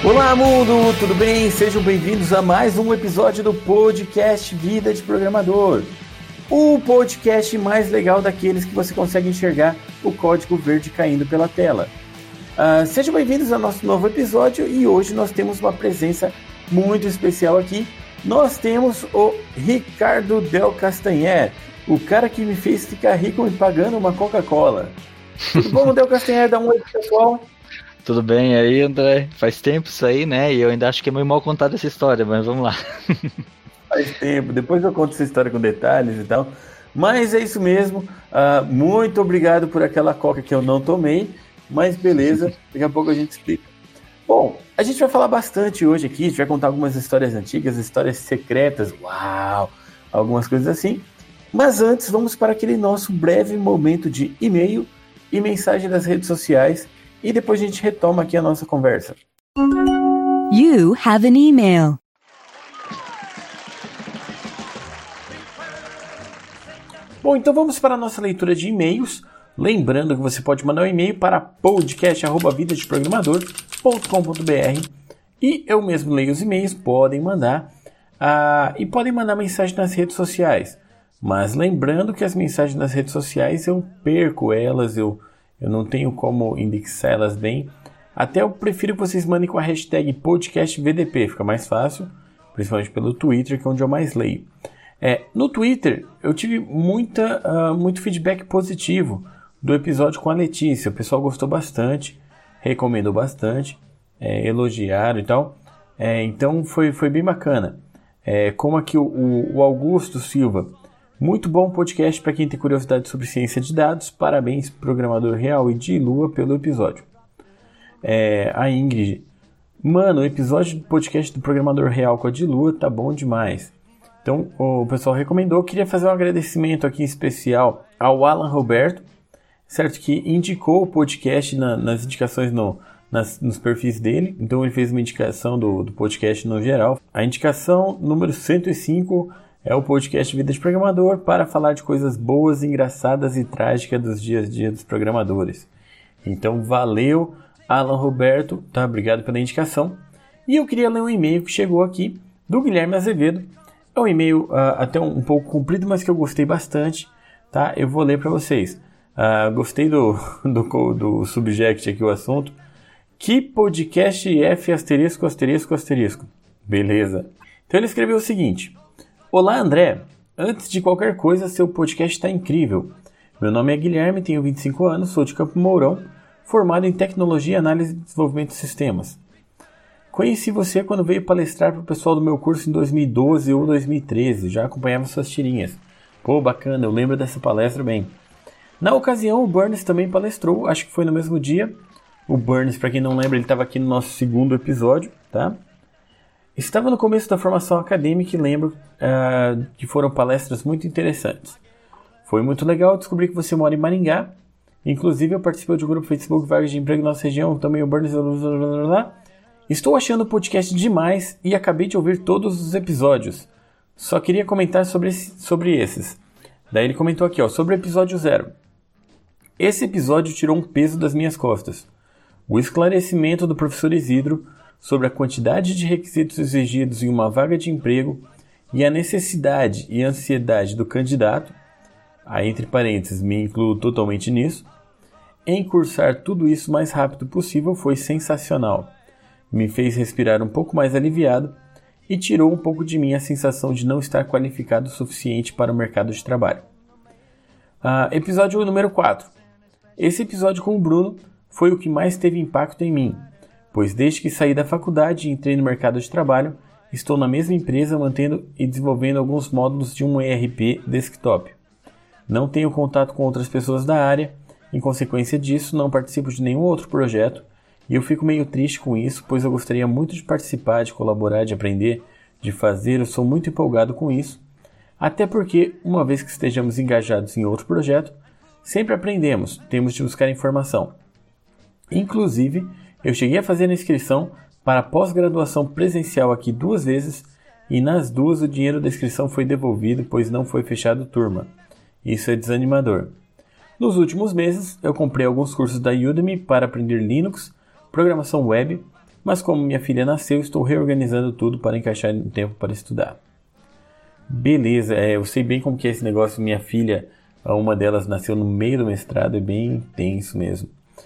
Olá mundo, tudo bem? Sejam bem-vindos a mais um episódio do podcast Vida de Programador. O podcast mais legal daqueles que você consegue enxergar o código verde caindo pela tela. Sejam bem-vindos ao nosso novo episódio e hoje nós temos uma presença muito especial aqui. Nós temos o Ricardo Del Castanher, o cara que me fez ficar rico me pagando uma Coca-Cola. Tudo bom, Del Castanher? Dá um oi pro pessoal. Tudo bem aí, André? Faz tempo isso aí, né? E eu ainda acho que é meio mal contada essa história, mas vamos lá. Faz tempo, depois eu conto essa história com detalhes e tal. Mas é isso mesmo, muito obrigado por aquela coca que eu não tomei, mas beleza, daqui a pouco a gente explica. Bom, a gente vai falar bastante hoje aqui, a gente vai contar algumas histórias antigas, histórias secretas, uau, algumas coisas assim. Mas antes, vamos para aquele nosso breve momento de e-mail e mensagem das redes sociais, e depois a gente retoma aqui a nossa conversa. You have an email. Bom, então vamos para a nossa leitura de e-mails. Lembrando que você pode mandar um e-mail para podcast@vidadeprogramador.com.br e eu mesmo leio os e-mails, podem mandar e podem mandar mensagem nas redes sociais. Mas lembrando que as mensagens nas redes sociais eu perco elas, eu não tenho como indexá-las bem. Até eu prefiro que vocês mandem com a hashtag podcastvdp, fica mais fácil, principalmente pelo Twitter, que é onde eu mais leio. No Twitter, eu tive muito feedback positivo do episódio com a Letícia. O pessoal gostou bastante, recomendou bastante, elogiaram e tal. Então foi bem bacana. Como aqui o Augusto Silva. Muito bom podcast para quem tem curiosidade sobre ciência de dados. Parabéns, programador real e de lua, pelo episódio. A Ingrid. Mano, o episódio do podcast do programador real com a de lua tá bom demais. Então, o pessoal recomendou. Eu queria fazer um agradecimento aqui especial ao Alan Roberto, certo? Que indicou o podcast nas indicações nos perfis dele. Então, ele fez uma indicação do podcast no geral. A indicação número 105 é o podcast Vida de Programador para falar de coisas boas, engraçadas e trágicas dos dias a dia dos programadores. Então, valeu, Alan Roberto, tá? Obrigado pela indicação. E eu queria ler um e-mail que chegou aqui do Guilherme Azevedo. É um e-mail até um pouco comprido, mas que eu gostei bastante, tá? Eu vou ler para vocês. Gostei do subject aqui, o assunto. Que podcast F asterisco, asterisco, asterisco. Beleza. Então ele escreveu o seguinte. Olá, André. Antes de qualquer coisa, seu podcast está incrível. Meu nome é Guilherme, tenho 25 anos, sou de Campo Mourão, formado em Tecnologia, Análise e Desenvolvimento de Sistemas. Conheci você quando veio palestrar para o pessoal do meu curso em 2012 ou 2013. Já acompanhava suas tirinhas. Pô, bacana, eu lembro dessa palestra bem. Na ocasião, o Burns também palestrou, acho que foi no mesmo dia. O Burns, para quem não lembra, ele estava aqui no nosso segundo episódio, tá? Estava no começo da formação acadêmica e lembro que foram palestras muito interessantes. Foi muito legal descobrir que você mora em Maringá. Inclusive, eu participei do grupo Facebook Vagas de Emprego na nossa região, também o Burns... Estou achando o podcast demais e acabei de ouvir todos os episódios. Só queria comentar sobre esses. Daí ele comentou aqui, sobre o episódio 0. Esse episódio tirou um peso das minhas costas. O esclarecimento do professor Isidro sobre a quantidade de requisitos exigidos em uma vaga de emprego e a necessidade e ansiedade do candidato, entre parênteses, me incluo totalmente nisso, em cursar tudo isso o mais rápido possível foi sensacional. Me fez respirar um pouco mais aliviado e tirou um pouco de mim a sensação de não estar qualificado o suficiente para o mercado de trabalho. Episódio número 4. Esse episódio com o Bruno foi o que mais teve impacto em mim, pois desde que saí da faculdade e entrei no mercado de trabalho, estou na mesma empresa mantendo e desenvolvendo alguns módulos de um ERP desktop. Não tenho contato com outras pessoas da área, em consequência disso não participo de nenhum outro projeto. E eu fico meio triste com isso, pois eu gostaria muito de participar, de colaborar, de aprender, de fazer, eu sou muito empolgado com isso. Até porque, uma vez que estejamos engajados em outro projeto, sempre aprendemos, temos de buscar informação. Inclusive, eu cheguei a fazer a inscrição para a pós-graduação presencial aqui 2 vezes e nas 2 o dinheiro da inscrição foi devolvido, pois não foi fechado turma. Isso é desanimador. Nos últimos meses, eu comprei alguns cursos da Udemy para aprender Linux, programação web, mas como minha filha nasceu, estou reorganizando tudo para encaixar um tempo para estudar. Beleza, eu sei bem como que é esse negócio. Minha filha, uma delas nasceu no meio do mestrado, é bem tenso mesmo.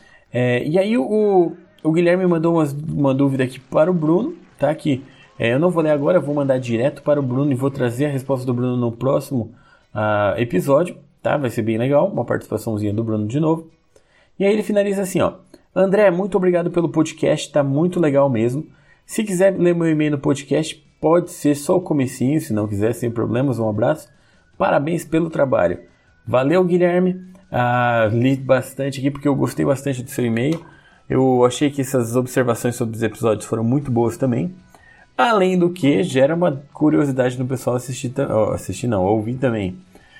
E aí o Guilherme mandou uma dúvida aqui para o Bruno, tá? Que eu não vou ler agora, eu vou mandar direto para o Bruno e vou trazer a resposta do Bruno no próximo episódio, tá? Vai ser bem legal, uma participaçãozinha do Bruno de novo. E aí ele finaliza assim, ó. André, muito obrigado pelo podcast, tá muito legal mesmo. Se quiser ler meu e-mail no podcast, pode ser só o comecinho, se não quiser, sem problemas, um abraço. Parabéns pelo trabalho. Valeu, Guilherme. Li bastante aqui porque eu gostei bastante do seu e-mail. Eu achei que essas observações sobre os episódios foram muito boas também. Além do que, gera uma curiosidade no pessoal ouvir também.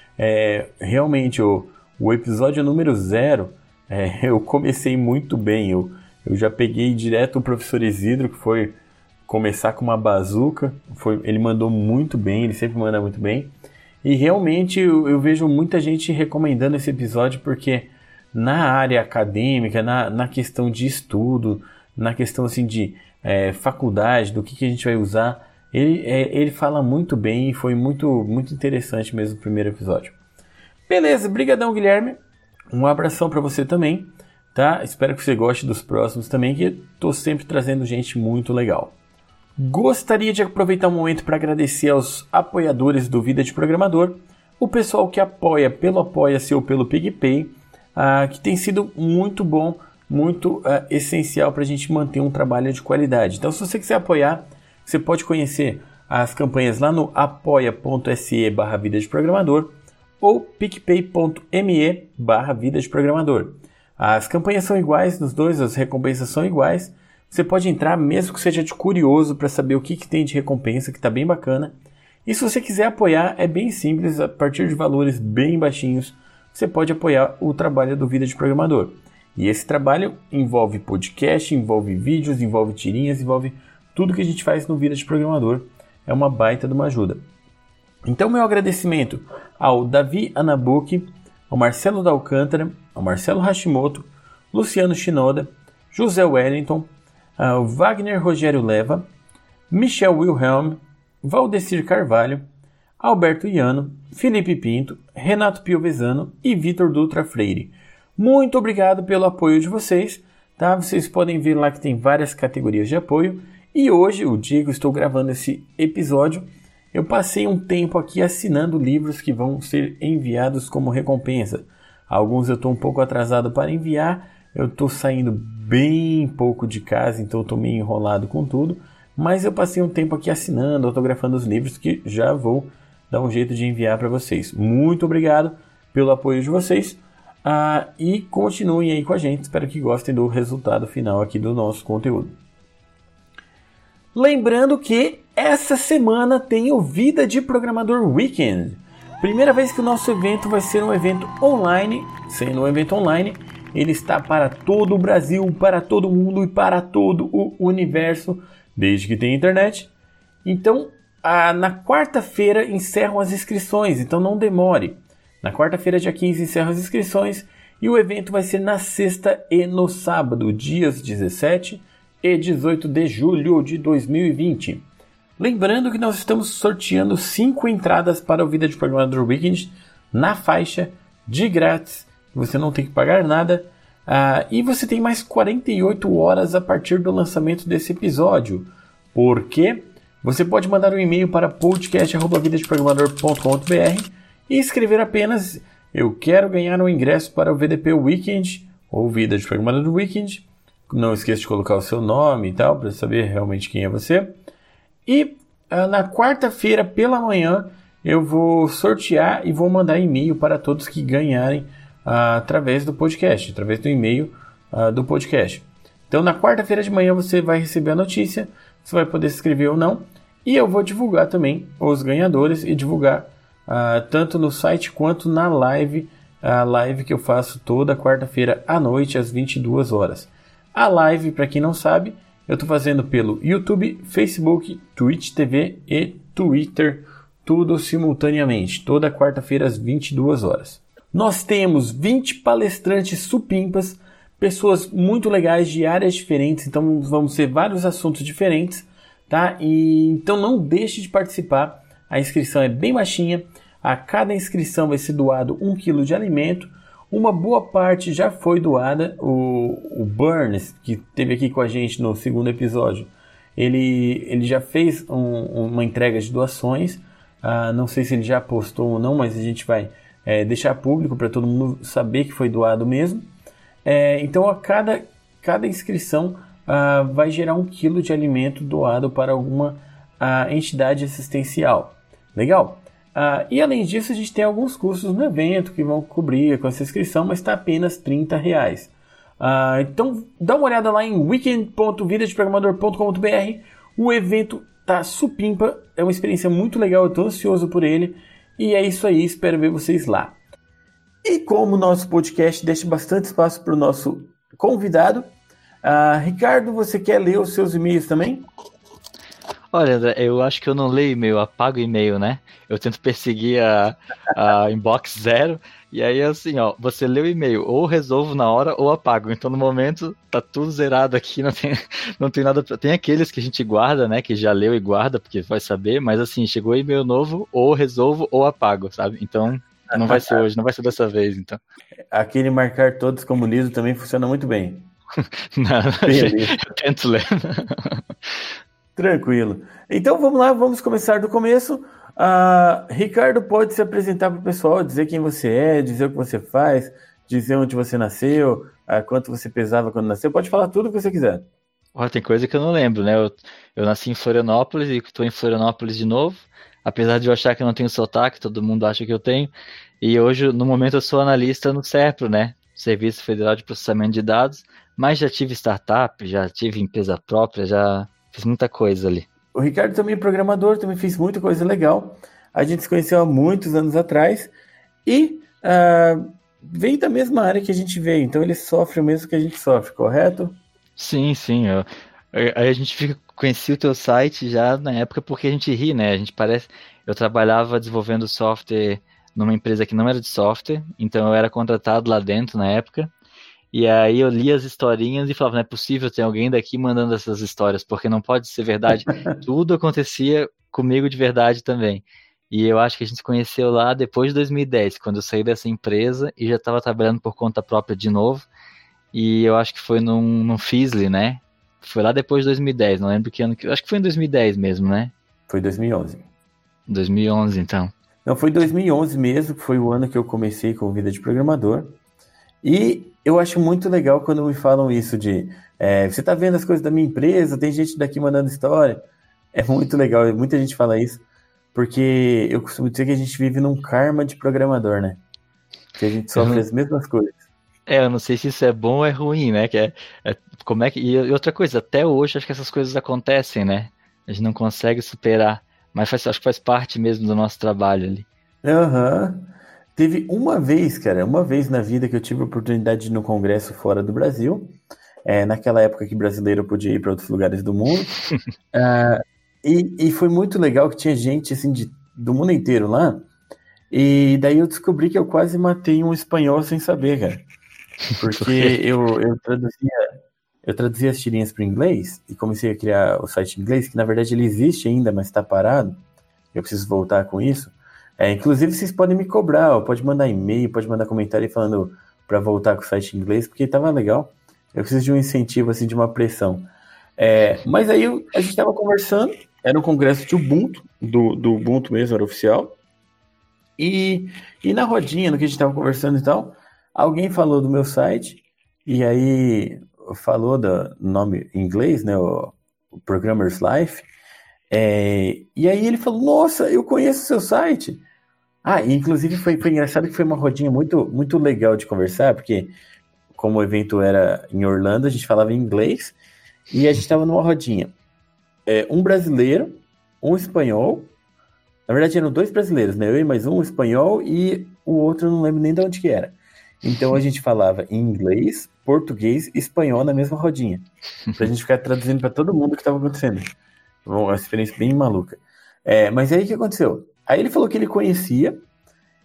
Realmente, o episódio número 0, eu comecei muito bem. Eu já peguei direto o professor Isidro, que foi começar com uma bazuca. Ele mandou muito bem, ele sempre manda muito bem. E realmente eu vejo muita gente recomendando esse episódio porque na área acadêmica, na questão de estudo, na questão assim de faculdade, do que a gente vai usar, ele fala muito bem e foi muito, muito interessante mesmo o primeiro episódio. Beleza, brigadão, Guilherme. Um abração para você também, tá? Espero que você goste dos próximos também, que eu tô sempre trazendo gente muito legal. Gostaria de aproveitar um momento para agradecer aos apoiadores do Vida de Programador, o pessoal que apoia pelo Apoia-se ou pelo PicPay, que tem sido muito bom, muito essencial para a gente manter um trabalho de qualidade. Então, se você quiser apoiar, você pode conhecer as campanhas lá no apoia.se/Vida de Programador ou picpay.me/Vida de Programador. As campanhas são iguais nos dois, as recompensas são iguais. Você pode entrar mesmo que seja de curioso para saber o que tem de recompensa, que está bem bacana. E se você quiser apoiar, é bem simples, a partir de valores bem baixinhos, você pode apoiar o trabalho do Vida de Programador. E esse trabalho envolve podcast, envolve vídeos, envolve tirinhas, envolve tudo que a gente faz no Vida de Programador. É uma baita de uma ajuda. Então, meu agradecimento ao Davi Anabuki, ao Marcelo da Alcântara, ao Marcelo Hashimoto, Luciano Shinoda, José Wellington, ao Wagner Rogério Leva, Michel Wilhelm, Valdecir Carvalho, Alberto Iano, Felipe Pinto, Renato Piovesano e Vitor Dutra Freire. Muito obrigado pelo apoio de vocês, tá? Vocês podem ver lá que tem várias categorias de apoio. E hoje, o dia que eu estou gravando esse episódio, eu passei um tempo aqui assinando livros que vão ser enviados como recompensa. Alguns eu estou um pouco atrasado para enviar, eu estou saindo bem pouco de casa, então estou meio enrolado com tudo. Mas eu passei um tempo aqui assinando, autografando os livros que já vou dar um jeito de enviar para vocês. Muito obrigado pelo apoio de vocês. E continuem aí com a gente, espero que gostem do resultado final aqui do nosso conteúdo. Lembrando que essa semana tem o Vida de Programador Weekend. Primeira vez que o nosso evento vai ser um evento online. Sendo um evento online, ele está para todo o Brasil, para todo o mundo e para todo o universo, desde que tenha internet. Então, na quarta-feira encerram as inscrições, então não demore. Na quarta-feira, dia 15, encerram as inscrições e o evento vai ser na sexta e no sábado, dias 17 e 18 de julho de 2020. Lembrando que nós estamos sorteando 5 entradas para o Vida de Programador Weekend na faixa, de grátis, você não tem que pagar nada. E você tem mais 48 horas a partir do lançamento desse episódio. Porque você pode mandar um e-mail para podcast@vidadeprogramador.com.br e escrever apenas: eu quero ganhar um ingresso para o VDP Weekend ou Vida de Programador Weekend. Não esqueça de colocar o seu nome e tal, para saber realmente quem é você. E na quarta-feira pela manhã eu vou sortear e vou mandar e-mail para todos que ganharem através do podcast, através do e-mail do podcast. Então na quarta-feira de manhã você vai receber a notícia, você vai poder se inscrever ou não. E eu vou divulgar também os ganhadores e divulgar tanto no site quanto na live, a live que eu faço toda quarta-feira à noite às 22 horas. A live, para quem não sabe, eu estou fazendo pelo YouTube, Facebook, Twitch TV e Twitter, tudo simultaneamente, toda quarta-feira às 22 horas. Nós temos 20 palestrantes supimpas pessoas muito legais de áreas diferentes, então vamos ter vários assuntos diferentes, tá? Então não deixe de participar, a inscrição é bem baixinha, a cada inscrição vai ser doado 1 kg de alimento, uma boa parte já foi doada, o Burns, que esteve aqui com a gente no segundo episódio, ele já fez uma entrega de doações, não sei se ele já postou ou não, mas a gente vai deixar público para todo mundo saber que foi doado mesmo. Então a cada inscrição vai gerar 1 kg de alimento doado para alguma entidade assistencial. Legal? E além disso, a gente tem alguns custos no evento que vão cobrir com essa inscrição, mas está apenas R$30. Então dá uma olhada lá em weekend.vidadeprogramador.com.br. O evento tá supimpa, é uma experiência muito legal, eu estou ansioso por ele. E é isso aí, espero ver vocês lá. E como o nosso podcast deixa bastante espaço para o nosso convidado, Ricardo, você quer ler os seus e-mails também? Olha, André, eu acho que eu não leio e-mail, eu apago e-mail, né? Eu tento perseguir a inbox zero, e aí assim, ó, você lê o e-mail, ou resolvo na hora ou apago. Então no momento tá tudo zerado aqui, não tem nada. Tem aqueles que a gente guarda, né? Que já leu e guarda, porque vai saber, mas assim, chegou e-mail novo, ou resolvo ou apago, sabe? Então não vai ser hoje, não vai ser dessa vez, então. Aquele marcar todos como lido também funciona muito bem. Não, eu tento ler. Tranquilo. Então vamos lá, vamos começar do começo. Ricardo, pode se apresentar para o pessoal, dizer quem você é, dizer o que você faz, dizer onde você nasceu, quanto você pesava quando nasceu. Pode falar tudo o que você quiser. Tem coisa que eu não lembro, né? Eu nasci em Florianópolis e estou em Florianópolis de novo. Apesar de eu achar que eu não tenho sotaque, todo mundo acha que eu tenho. E hoje, no momento, eu sou analista no SEPRO, né? Serviço Federal de Processamento de Dados. Mas já tive startup, já tive empresa própria, já fiz muita coisa ali. O Ricardo também é programador, também fez muita coisa legal. A gente se conheceu há muitos anos atrás e veio da mesma área que a gente veio. Então ele sofre o mesmo que a gente sofre, correto? Sim. Aí a gente conhecia o teu site já na época porque a gente ri, né? A gente parece... Eu trabalhava desenvolvendo software numa empresa que não era de software, então eu era contratado lá dentro na época. E aí eu li as historinhas e falava, não é possível ter alguém daqui mandando essas histórias, porque não pode ser verdade. Tudo acontecia comigo de verdade também. E eu acho que a gente se conheceu lá depois de 2010, quando eu saí dessa empresa e já estava trabalhando por conta própria de novo. E eu acho que foi num Fizzly, né? Foi lá depois de 2010, não lembro que ano que... Acho que foi em 2010 mesmo, né? Foi 2011. 2011, então. Não, foi 2011 mesmo, que foi o ano que eu comecei com Vida de Programador. E eu acho muito legal quando me falam isso de você tá vendo as coisas da minha empresa, tem gente daqui mandando história. É muito legal, muita gente fala isso, porque eu costumo dizer que a gente vive num karma de programador, né? Que a gente sofre as mesmas coisas. Eu não sei se isso é bom ou é ruim, né? Como é que... E outra coisa, até hoje acho que essas coisas acontecem, né? A gente não consegue superar, mas acho que faz parte mesmo do nosso trabalho ali. Teve uma vez na vida que eu tive a oportunidade de ir no congresso fora do Brasil, naquela época que brasileiro podia ir para outros lugares do mundo, e foi muito legal que tinha gente assim, do mundo inteiro lá, e daí eu descobri que eu quase matei um espanhol sem saber, cara, porque eu traduzia as tirinhas para o inglês e comecei a criar o site em inglês, que na verdade ele existe ainda, mas está parado, eu preciso voltar com isso. Inclusive vocês podem me cobrar, pode mandar e-mail, pode mandar comentário falando para voltar com o site em inglês, porque tava legal. Eu preciso de um incentivo, assim, de uma pressão. Mas aí a gente tava conversando, era um congresso de Ubuntu, do Ubuntu mesmo, era oficial. E na rodinha, no que a gente tava conversando e tal, alguém falou do meu site, e aí falou do nome em inglês, né, o Programmer's Life. E aí ele falou, nossa, eu conheço o seu site. E inclusive foi engraçado que foi uma rodinha muito, muito legal de conversar, porque como o evento era em Orlando, a gente falava em inglês, e a gente estava numa rodinha. Um brasileiro, um espanhol, na verdade eram 2 brasileiros, né? Eu e mais um espanhol, e o outro eu não lembro nem de onde que era. Então a gente falava em inglês, português e espanhol na mesma rodinha, pra gente ficar traduzindo para todo mundo o que estava acontecendo. Uma experiência bem maluca. Mas aí o que aconteceu? Aí ele falou que ele conhecia,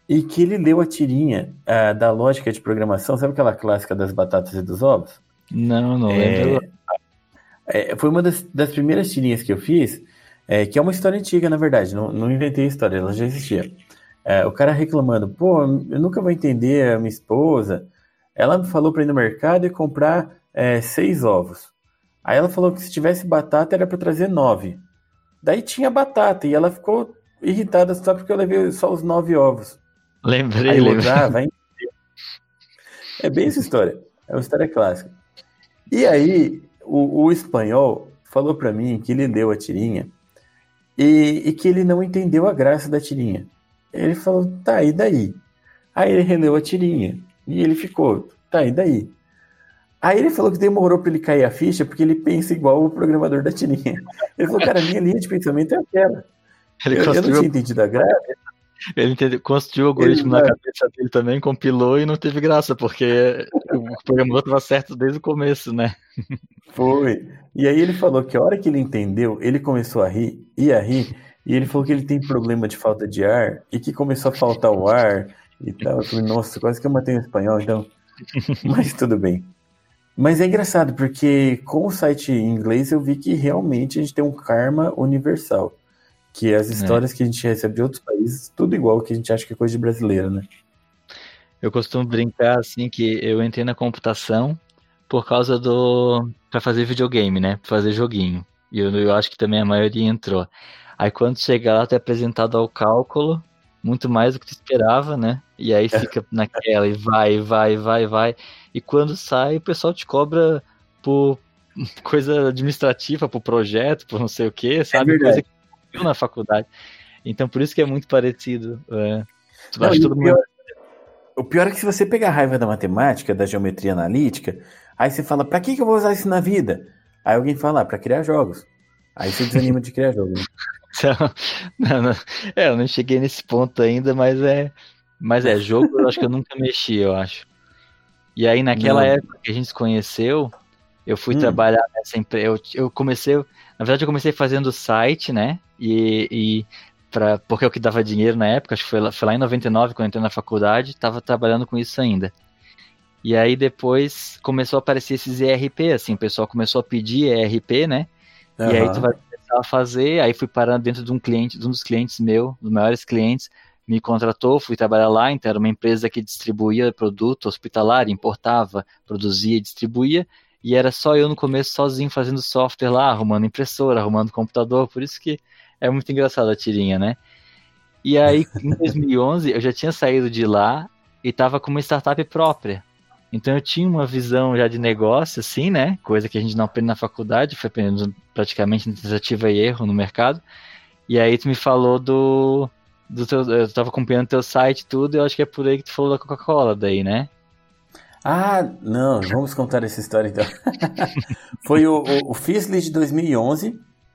e que ele leu a tirinha da lógica de programação, sabe aquela clássica das batatas e dos ovos? Não lembro. Foi uma das primeiras tirinhas que eu fiz, que é uma história antiga, na verdade, não inventei a história, ela já existia. O cara reclamando, pô, eu nunca vou entender a minha esposa, ela me falou pra ir no mercado e comprar 6 ovos. Aí ela falou que se tivesse batata era pra trazer 9. Daí tinha batata e ela ficou irritada só porque eu levei só os 9 ovos. Lembrei. Aí o outro, vai entender. É bem essa história, é uma história clássica. E aí o espanhol falou pra mim que ele leu a tirinha e que ele não entendeu a graça da tirinha. Ele falou, tá, e daí? Aí ele releu a tirinha e ele ficou, tá, e daí? Aí ele falou que demorou pra ele cair a ficha porque ele pensa igual o programador da tirinha. Ele falou, cara, minha linha de pensamento é aquela. Eu não tinha entendido a graça. Ele construiu o algoritmo na cabeça dele também, compilou e não teve graça, porque o programador estava certo desde o começo, né? Foi. E aí ele falou que a hora que ele entendeu, ele começou a rir, e ele falou que ele tem problema de falta de ar, e que começou a faltar o ar e tal. Eu falei, nossa, quase que eu matei um espanhol, então. Mas tudo bem. Mas é engraçado, porque com o site em inglês eu vi que realmente a gente tem um karma universal. Que as histórias que a gente recebe de outros países, tudo igual, que a gente acha que é coisa de brasileiro, né? Eu costumo brincar, assim, que eu entrei na computação por causa pra fazer videogame, né? Pra fazer joguinho. E eu acho que também a maioria entrou. Aí quando chega lá, tu é apresentado ao cálculo, muito mais do que tu esperava, né? E aí fica naquela, e vai. E quando sai, o pessoal te cobra por coisa administrativa, por projeto, por não sei o quê, sabe? Coisa que na faculdade. Então por isso que é muito parecido. O pior é que se você pegar a raiva da matemática, da geometria analítica, aí você fala, pra que eu vou usar isso na vida? Aí alguém fala, pra criar jogos. Aí você desanima de criar jogos. Não, eu não cheguei nesse ponto ainda, mas jogo eu acho que eu nunca mexi, eu acho. E aí naquela época que a gente se conheceu, eu fui trabalhar nessa empresa, eu comecei, na verdade eu comecei fazendo site, né, porque é o que dava dinheiro na época, acho que foi lá em 99, quando eu entrei na faculdade, estava trabalhando com isso ainda. E aí depois começou a aparecer esses ERP, assim, o pessoal começou a pedir ERP, né, e aí tu vai começar a fazer, aí fui parando dentro de um dos clientes meu, dos maiores clientes, me contratou, fui trabalhar lá, então era uma empresa que distribuía produto hospitalar, importava, produzia e distribuía, e era só eu no começo sozinho fazendo software lá, arrumando impressora, arrumando computador, por isso que é muito engraçado a tirinha, né? E aí, em 2011, eu já tinha saído de lá e estava com uma startup própria. Então eu tinha uma visão já de negócio, assim, né? Coisa que a gente não aprende na faculdade, foi aprendendo praticamente em tentativa e erro no mercado. E aí tu me falou eu estava acompanhando teu site e tudo, e eu acho que é por aí que tu falou da Coca-Cola daí, né? Ah, não, vamos contar essa história então. Foi o Fizzly de 2011.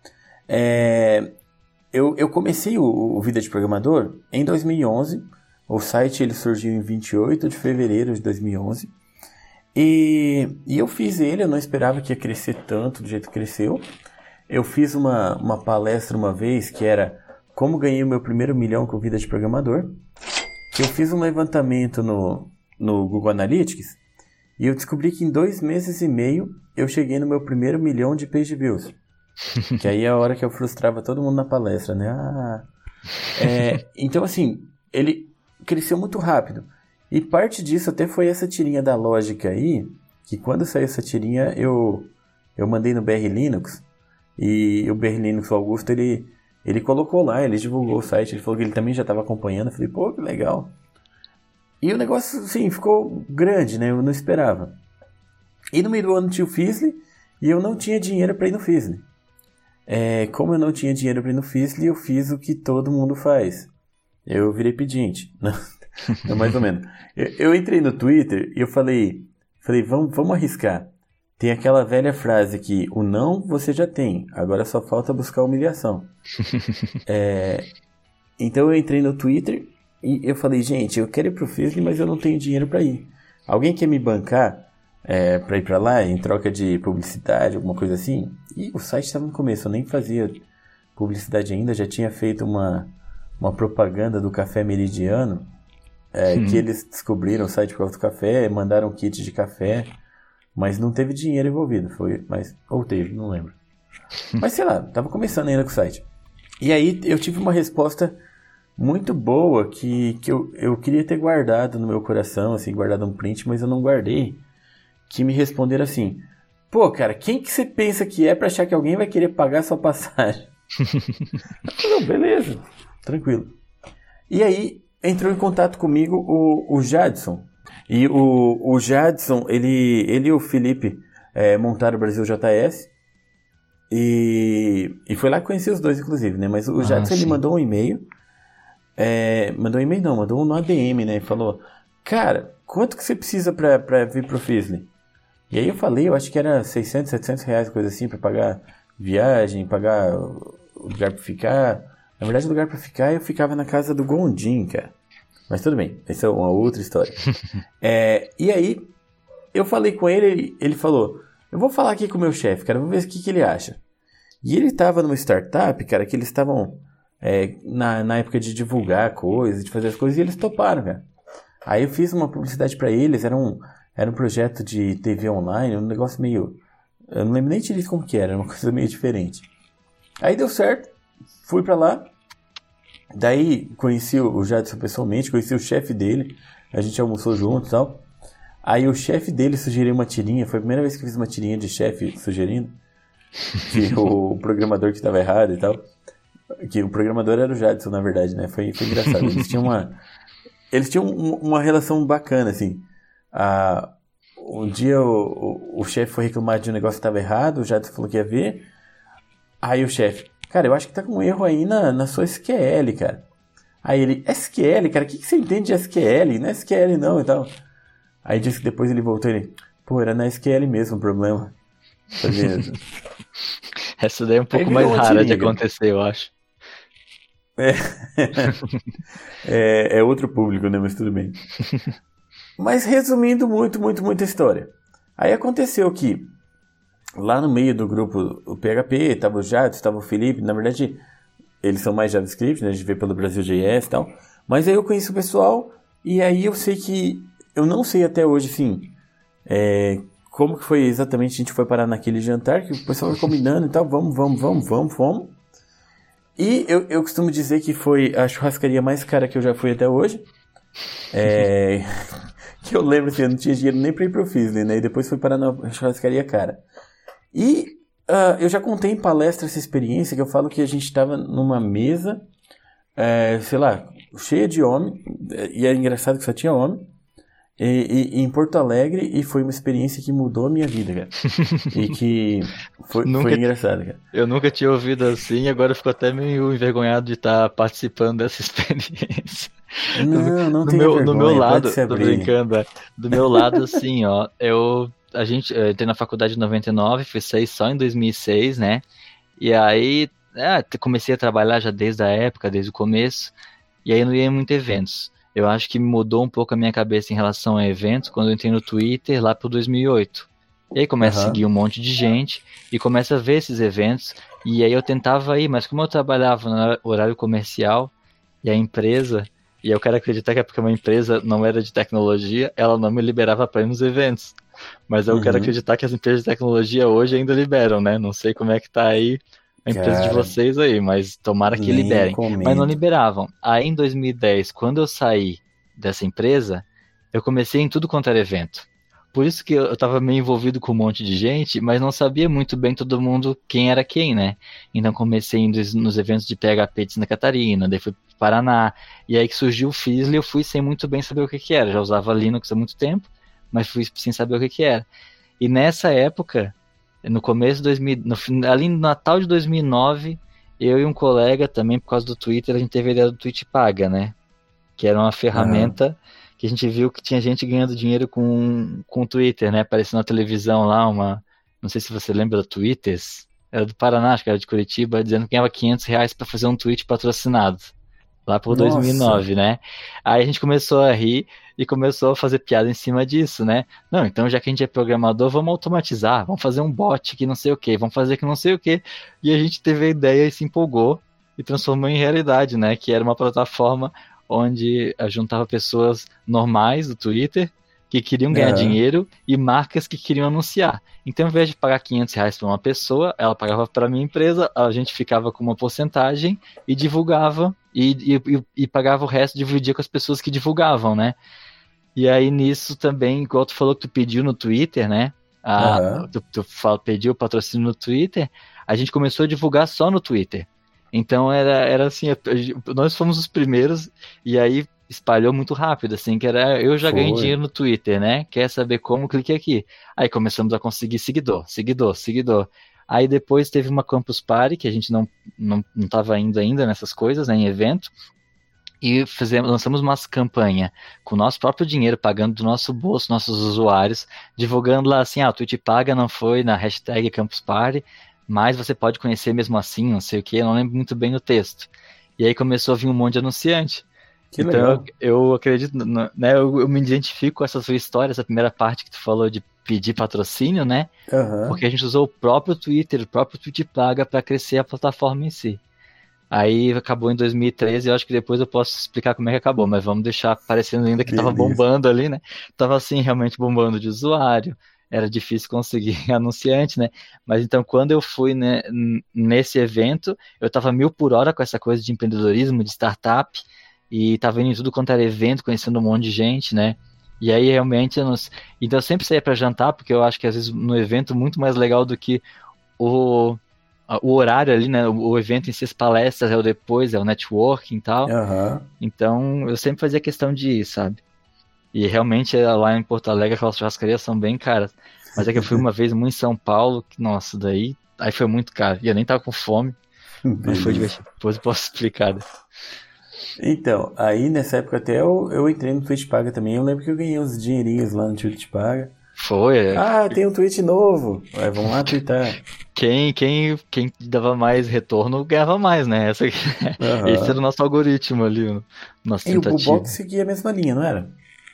Eu comecei o Vida de Programador em 2011. O site ele surgiu em 28 de fevereiro de 2011. E eu fiz ele, eu não esperava que ia crescer tanto do jeito que cresceu. Eu fiz uma palestra uma vez que era como ganhei o meu primeiro milhão com Vida de Programador. Eu fiz um levantamento no Google Analytics e eu descobri que em 2 meses e meio eu cheguei no meu primeiro milhão de page views. Que aí é a hora que eu frustrava todo mundo na palestra, né? Então assim, ele cresceu muito rápido. E parte disso até foi essa tirinha da lógica aí, que quando saiu essa tirinha eu mandei no BR Linux, e o BR Linux, o Augusto, ele colocou lá, ele divulgou o site, ele falou que ele também já estava acompanhando. Eu falei, pô, que legal. E o negócio, sim, ficou grande, né? Eu não esperava. E no meio do ano tinha o Fizzly, e eu não tinha dinheiro para ir no Fizzly. Como eu não tinha dinheiro para ir no Fizzly, eu fiz o que todo mundo faz. Eu virei pedinte. Não, mais ou menos. Eu entrei no Twitter e eu falei, vamos arriscar. Tem aquela velha frase que o não você já tem, agora só falta buscar humilhação. Então eu entrei no Twitter e eu falei, gente, eu quero ir pro Fizzly, mas eu não tenho dinheiro para ir. Alguém quer me bancar para ir para lá em troca de publicidade, alguma coisa assim? E o site estava no começo, eu nem fazia publicidade ainda, já tinha feito uma propaganda do Café Meridiano, que eles descobriram o site por causa do café, mandaram um kit de café, mas não teve dinheiro envolvido, ou teve, não lembro. Mas sei lá, tava começando ainda com o site. E aí eu tive uma resposta muito boa que eu queria ter guardado no meu coração, assim, guardado um print, mas eu não guardei. Que me responderam assim: pô, cara, quem que você pensa que é pra achar que alguém vai querer pagar sua passagem? Eu falei, não, beleza, tranquilo. E aí entrou em contato comigo o Jadson. E o Jadson, ele e o Felipe montaram o Brasil JS. E foi lá que conheci os dois, inclusive, né? Mas o Jadson, ele mandou um e-mail. Mandou um e-mail não, mandou um ADM, né? E falou: cara, quanto que você precisa pra vir pro Fizzly? E aí eu falei, eu acho que era 600, 700 reais, coisa assim, pra pagar viagem, pagar o lugar pra ficar. Na verdade, o lugar pra ficar, eu ficava na casa do Gondim, cara. Mas tudo bem, essa é uma outra história. E aí, eu falei com ele falou: eu vou falar aqui com o meu chefe, cara, vou ver o que ele acha. E ele tava numa startup, cara, que eles estavam na época de divulgar coisas, de fazer as coisas, e eles toparam, cara. Aí eu fiz uma publicidade pra eles, era um projeto de TV online, um negócio meio... Eu não lembro nem direito como que era uma coisa meio diferente. Aí deu certo, fui pra lá, daí conheci o Jadson pessoalmente, conheci o chefe dele, a gente almoçou junto e tal. Aí o chefe dele sugeriu uma tirinha, foi a primeira vez que eu fiz uma tirinha de chefe sugerindo que o programador que estava errado e tal. Que o programador era o Jadson, na verdade, né? Foi engraçado. Eles tinham uma relação bacana, assim. Um dia o chefe foi reclamar de um negócio que estava errado, o Jadson falou que ia ver. Aí o chefe: cara, eu acho que tá com um erro aí na sua SQL, cara. Aí ele: SQL, cara? O que você entende de SQL? Não é SQL não e tal. Aí disse que depois ele voltou e ele: pô, era na SQL mesmo o problema. Essa daí é um pouco mais rara de acontecer, eu acho. É outro público, né? Mas tudo bem. Mas resumindo muito a história. Aí aconteceu que lá no meio do grupo o PHP, tava o Jadson, tava o Felipe. Na verdade, eles são mais JavaScript, né? A gente vê pelo Brasil.js e tal. Mas aí eu conheci o pessoal e aí eu sei que... Eu não sei até hoje, assim... como que foi exatamente, a gente foi parar naquele jantar, que o pessoal foi combinando e tal, vamos. E eu costumo dizer que foi a churrascaria mais cara que eu já fui até hoje. Que eu lembro assim, eu não tinha dinheiro nem pra ir pro Fizzly, né? E depois fui parar na churrascaria cara. E eu já contei em palestra essa experiência, que eu falo que a gente tava numa mesa, sei lá, cheia de homem, e é engraçado que só tinha homem. E em Porto Alegre, e foi uma experiência que mudou a minha vida, cara. E que foi engraçado, cara. Eu nunca tinha ouvido assim, e agora eu fico até meio envergonhado de estar participando dessa experiência. Não tem vergonha, no meu lado, tô brincando, do meu lado, assim, ó, eu entrei na faculdade em 99, fiz 6 só em 2006, né? E aí, comecei a trabalhar já desde a época, desde o começo, e aí eu não ia em muitos eventos. Eu acho que mudou um pouco a minha cabeça em relação a eventos quando eu entrei no Twitter lá pro 2008. E aí começa a seguir um monte de gente e começa a ver esses eventos. E aí eu tentava ir, mas como eu trabalhava no horário comercial e a empresa, e eu quero acreditar que é porque uma empresa não era de tecnologia, ela não me liberava para ir nos eventos. Mas eu quero acreditar que as empresas de tecnologia hoje ainda liberam, né? Não sei como é que tá aí a empresa de vocês aí, mas tomara que liberem. Mas não liberavam. Aí em 2010, quando eu saí dessa empresa, eu comecei em tudo quanto era evento. Por isso que eu estava meio envolvido com um monte de gente, mas não sabia muito bem todo mundo quem era quem, né? Então comecei indo nos eventos de PHP de Santa Catarina, daí fui para o Paraná, e aí que surgiu o Fizzly, eu fui sem muito bem saber o que era. Já usava Linux há muito tempo, mas fui sem saber o que era. E nessa época... No começo de ali no Natal de 2009, eu e um colega também, por causa do Twitter, a gente teve a ideia do Twitch Paga, né? Que era uma ferramenta que a gente viu que tinha gente ganhando dinheiro com o Twitter, né? Aparecendo na televisão lá, não sei se você lembra da Twitters, era do Paraná, acho que era de Curitiba, dizendo que ganhava R$500 para fazer um tweet patrocinado. Lá por 2009, né? Aí a gente começou a rir e começou a fazer piada em cima disso, né? Não, então já que a gente é programador, vamos automatizar, vamos fazer um bot que não sei o que, vamos fazer que não sei o que. E a gente teve a ideia e se empolgou e transformou em realidade, né? Que era uma plataforma onde juntava pessoas normais do Twitter que queriam ganhar dinheiro e marcas que queriam anunciar. Então, ao invés de pagar R$500 para uma pessoa, ela pagava para a minha empresa, a gente ficava com uma porcentagem e divulgava, e pagava o resto, dividia com as pessoas que divulgavam, né? E aí, nisso também, igual tu falou que tu pediu no Twitter, né? Pediu o patrocínio no Twitter, a gente começou a divulgar só no Twitter. Então, era assim, nós fomos os primeiros, e aí espalhou muito rápido, assim, que era, eu já ganhei dinheiro no Twitter, né? Quer saber como? Clique aqui. Aí começamos a conseguir seguidor. Aí depois teve uma Campus Party, que a gente não estava indo ainda nessas coisas, né, em evento, e lançamos uma campanha com o nosso próprio dinheiro, pagando do nosso bolso, nossos usuários, divulgando lá assim, o Twitch paga, não foi, na hashtag Campus Party, mas você pode conhecer mesmo assim, não sei o que, eu não lembro muito bem o texto. E aí começou a vir um monte de anunciante. Então eu acredito, né, eu me identifico com essa sua história, essa primeira parte que tu falou de pedir patrocínio, né? Porque a gente usou o próprio Twitter, o próprio Twitch paga para crescer a plataforma em si. Aí acabou em 2013, eu acho que depois eu posso explicar como é que acabou, mas vamos deixar parecendo ainda que tava bombando ali, né? Tava assim, realmente bombando de usuário, era difícil conseguir anunciante, né? Mas então quando eu fui, né, nesse evento, eu tava 1000 por hora com essa coisa de empreendedorismo, de startup, e tava indo em tudo quanto era evento, conhecendo um monte de gente, né? E aí realmente então eu sempre saía para jantar, porque eu acho que às vezes no evento muito mais legal do que o horário ali, né? O evento em si, as palestras, é o depois, é o networking e tal. Então eu sempre fazia questão de ir, sabe? E realmente lá em Porto Alegre aquelas churrascarias são bem caras. Mas é que eu fui uma vez em São Paulo, que nossa, aí foi muito caro. E eu nem tava com fome, mas foi divertido. Depois eu posso explicar. Então, aí nessa época até eu entrei no Twitch Paga também. Eu lembro que eu ganhei uns dinheirinhos lá no Twitch Paga. Foi. Tem um Twitch novo. Vamos lá twittar. Quem dava mais retorno ganhava mais, né? Esse era o nosso algoritmo ali, nossa tentativa. E o Bubox seguia a mesma linha, não era?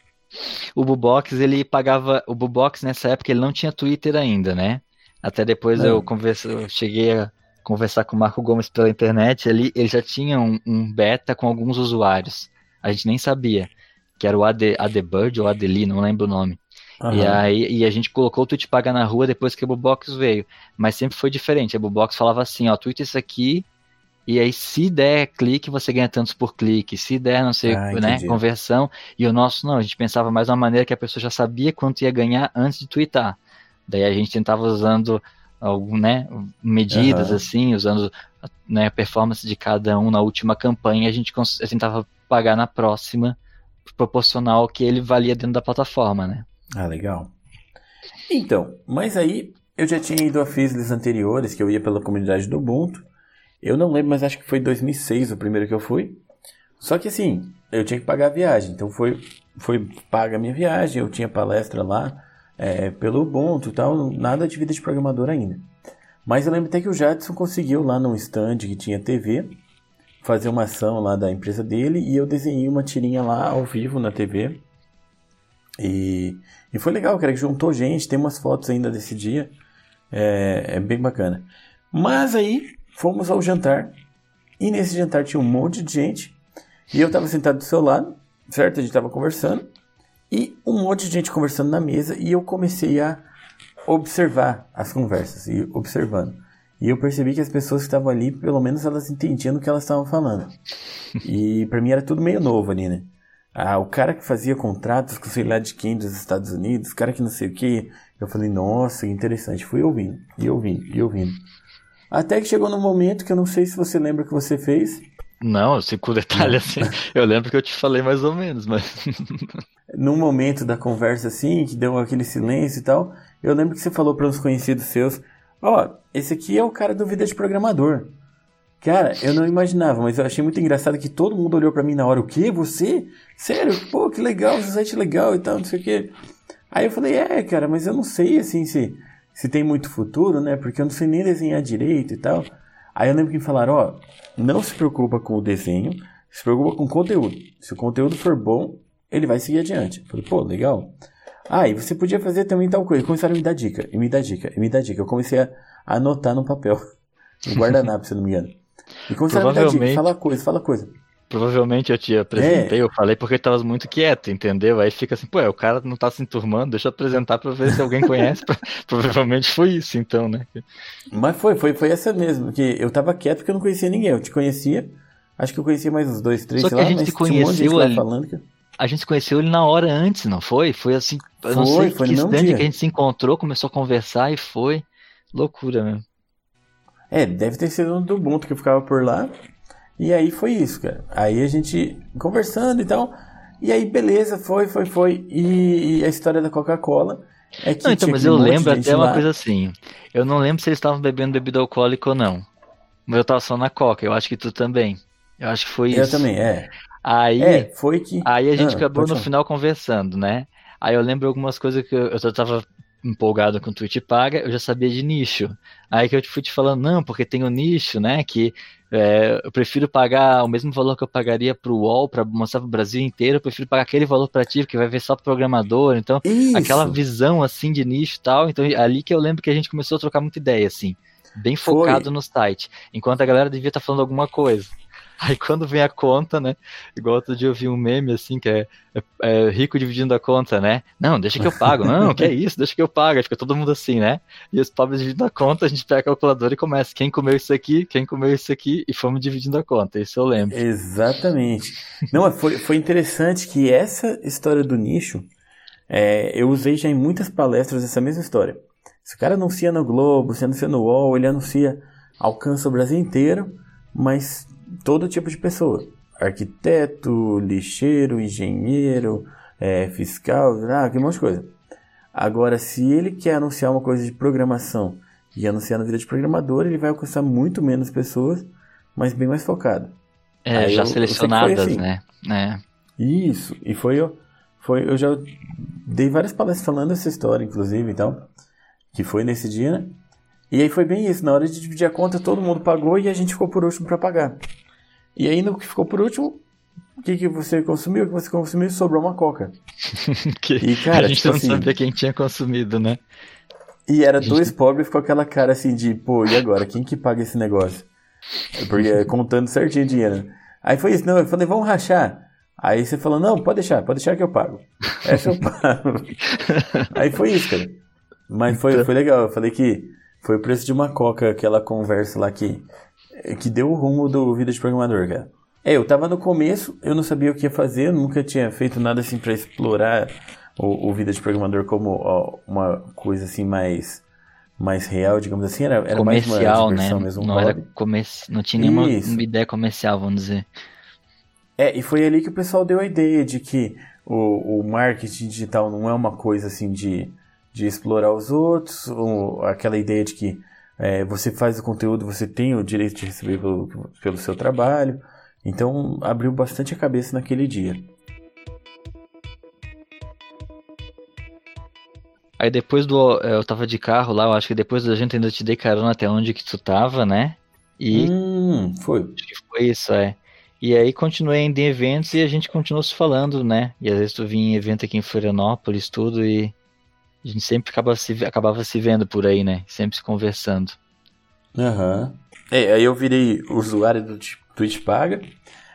O Bubox, ele pagava... O Bubox, nessa época, ele não tinha Twitter ainda, né? Até depois eu cheguei a conversar com o Marco Gomes pela internet, ele já tinha um beta com alguns usuários. A gente nem sabia, que era o Adebird ou Adeli, não lembro o nome. E a gente colocou o Twitch Paga na rua depois que a Bubox veio. Mas sempre foi diferente. A Bubox falava assim, Twitter isso aqui, e aí se der clique, você ganha tantos por clique. Se der, não sei, né, conversão. E o nosso não, a gente pensava mais de uma maneira que a pessoa já sabia quanto ia ganhar antes de twittar. Daí a gente tentava usando medidas assim, usando, né, a performance de cada um na última campanha, a gente tentava pagar na próxima, proporcional ao que ele valia dentro da plataforma, né? Legal. Então, mas aí eu já tinha ido a Fizzles anteriores, que eu ia pela comunidade do Ubuntu. Eu não lembro, mas acho que foi 2006 o primeiro que eu fui. Só que assim, eu tinha que pagar a viagem, então foi paga a minha viagem, eu tinha palestra lá, pelo Ubuntu e tal, nada de vida de programador ainda. Mas eu lembro até que o Jadson conseguiu lá num stand que tinha TV, fazer uma ação lá da empresa dele, e eu desenhei uma tirinha lá ao vivo na TV. E foi legal, cara, que juntou gente, tem umas fotos ainda desse dia, é bem bacana. Mas aí fomos ao jantar, e nesse jantar tinha um monte de gente, e eu tava sentado do seu lado, certo? A gente tava conversando, e um monte de gente conversando na mesa, e eu comecei a observar as conversas, e observando. E eu percebi que as pessoas que estavam ali, pelo menos elas entendiam o que elas estavam falando. E pra mim era tudo meio novo ali, né? O cara que fazia contratos com sei lá de quem dos Estados Unidos, o cara que não sei o que. Eu falei, nossa, que interessante. Fui ouvindo, e ouvindo. Até que chegou num momento que eu não sei se você lembra o que você fez. Não, assim, com detalhe assim. Eu lembro que eu te falei mais ou menos, mas... Num momento da conversa assim, que deu aquele silêncio e tal, eu lembro que você falou para uns conhecidos seus, esse aqui é o cara do Vida de Programador. Cara, eu não imaginava, mas eu achei muito engraçado que todo mundo olhou pra mim na hora. O quê? Você? Sério? Pô, que legal, esse site legal e tal, não sei o quê. Aí eu falei, cara, mas eu não sei, assim, se tem muito futuro, né? Porque eu não sei nem desenhar direito e tal. Aí eu lembro que me falaram, não se preocupa com o desenho, se preocupa com o conteúdo. Se o conteúdo for bom, ele vai seguir adiante. Eu falei, pô, legal. E você podia fazer também tal coisa. Começaram a me dar dica, e me dar dica. Eu comecei a anotar no papel, no guardanapo, se eu não me engano. E começaram a me dar dica, fala coisa. provavelmente eu te apresentei, eu falei porque tu tava muito quieto, entendeu? Aí fica assim, pô, o cara não tá se enturmando, deixa eu apresentar pra ver se alguém conhece. Provavelmente foi isso, então, né? Mas foi essa mesmo, que eu tava quieto porque eu não conhecia ninguém. Eu te conhecia, acho que eu conhecia mais uns 2, 3, Só sei que a lá, gente mas se tinha um monte de gente conheceu lá ali. falando que... A gente se conheceu ele na hora antes, não foi? Foi assim, eu não sei Foi que no mesmo instante dia. que a gente se encontrou, começou a conversar e foi loucura mesmo. Deve ter sido um do Ubuntu que eu ficava por lá. E aí foi isso, cara. Aí a gente conversando e tal. E aí, beleza, foi. E a história da Coca-Cola é que Não, então, tinha mas aquele eu monte lembro de gente até uma lá. coisa assim. Eu não lembro se eles estavam bebendo bebida alcoólica ou não. Mas eu tava só na Coca, eu acho que tu também. Eu acho que foi Eu isso. também, Aí, foi que... aí a gente acabou Pode no falar. final conversando, né? Aí eu lembro algumas coisas que eu já tava empolgado com o Twitch Paga, eu já sabia de nicho. Aí que eu fui te falando, não, porque tem o nicho, né? Que eu prefiro pagar o mesmo valor que eu pagaria pro UOL para mostrar pro Brasil inteiro, eu prefiro pagar aquele valor pra ti, que vai ver só programador. Então, aquela Isso, visão assim de nicho e tal. Então, ali que eu lembro que a gente começou a trocar muita ideia, assim, bem focado foi. no site, enquanto a galera devia estar falando alguma coisa. Aí quando vem a conta, né? Igual outro dia eu vi um meme assim, que é rico dividindo a conta, né? Não, deixa que eu pago. Não, que é isso, deixa que eu pago. Aí fica todo mundo assim, né? E os pobres dividindo a conta, a gente pega a calculadora e começa. Quem comeu isso aqui, e fomos dividindo a conta. Isso eu lembro. Exatamente. Não, foi interessante que essa história do nicho, eu usei já em muitas palestras essa mesma história. Se o cara anuncia no Globo, se anuncia no UOL, ele alcança o Brasil inteiro, mas todo tipo de pessoa. Arquiteto, lixeiro, engenheiro, fiscal, que monte de coisa. Agora, se ele quer anunciar uma coisa de programação e anunciar na vida de programador, ele vai alcançar muito menos pessoas, mas bem mais focado. Aí Já eu sei que foi selecionadas, assim. né? Isso, e eu já dei várias palestras falando essa história, inclusive, então, que foi nesse dia, né? E aí foi bem isso, na hora de dividir a conta, todo mundo pagou e a gente ficou por último para pagar. E aí no que ficou por último, o que você consumiu? O que você consumiu sobrou uma Coca. E cara, a gente tipo não assim, sabia quem tinha consumido, né? e era A gente- dois pobres com aquela cara assim de, pô, e agora? Quem que paga esse negócio? Porque contando certinho o dinheiro, né? Aí foi isso, não, eu falei, vamos rachar. Aí você falou, não, pode deixar que eu pago. Essa eu pago. Aí foi isso, cara. Mas foi legal, eu falei que foi o preço de uma Coca, aquela conversa lá que deu o rumo do Vida de Programador, cara. Eu tava no começo, eu não sabia o que ia fazer, eu nunca tinha feito nada assim pra explorar o Vida de Programador como uma coisa assim mais real, digamos assim, era mais uma Comercial, né? diversão mesmo, um Não era hobby. não tinha nenhuma Isso. ideia comercial, vamos dizer. E foi ali que o pessoal deu a ideia de que o marketing digital não é uma coisa assim de explorar os outros, ou aquela ideia de que você faz o conteúdo, você tem o direito de receber pelo seu trabalho. Então abriu bastante a cabeça naquele dia. Aí depois eu tava de carro lá, eu acho que depois da gente ainda te dei carona até onde que tu tava, né? E Foi. acho que foi isso, E aí continuei indo em eventos e a gente continuou se falando, né? E às vezes tu vinha em evento aqui em Florianópolis, tudo, e a gente sempre acabava se vendo por aí, né? Sempre se conversando. Aham. Aí eu virei usuário do Twitch Paga.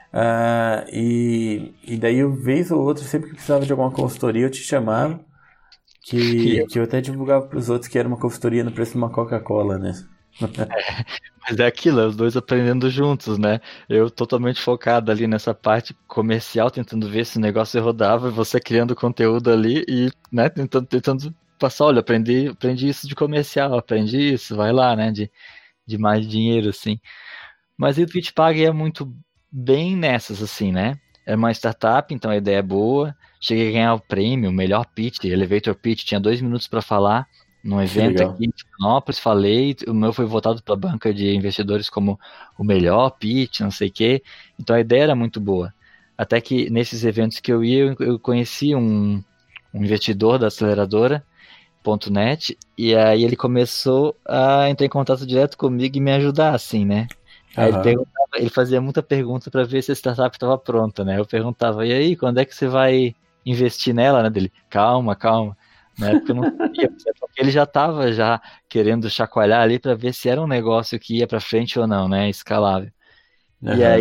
E daí, vez ou outra, sempre que precisava de alguma consultoria, eu te chamava. Que eu até divulgava pros outros que era uma consultoria no preço de uma Coca-Cola, né? Mas é aquilo, os dois aprendendo juntos, né? Eu totalmente focado ali nessa parte comercial, tentando ver se o negócio rodava, e você criando conteúdo ali e, né, tentando passar, olha, aprendi isso de comercial, aprendi isso, vai lá, né, de mais dinheiro, assim. Mas o Twitch Paga é muito bem nessas, assim, né? É uma startup, então a ideia é boa. Cheguei a ganhar o prêmio, o melhor pitch, elevator pitch, tinha 2 minutos para falar num evento legal. aqui em Florianópolis, falei, o meu foi votado pela banca de investidores como o melhor pitch, não sei o quê. Então a ideia era muito boa. Até que nesses eventos que eu ia, eu conheci um investidor da aceleradora, .net, e aí ele começou a entrar em contato direto comigo e me ajudar, assim, né? Aí ele fazia muita pergunta para ver se a startup estava pronta, né? Eu perguntava, e aí, quando é que você vai investir nela, né? Dele, calma. Na época eu não sabia, porque ele já estava querendo chacoalhar ali para ver se era um negócio que ia para frente ou não, né? Escalável. E aí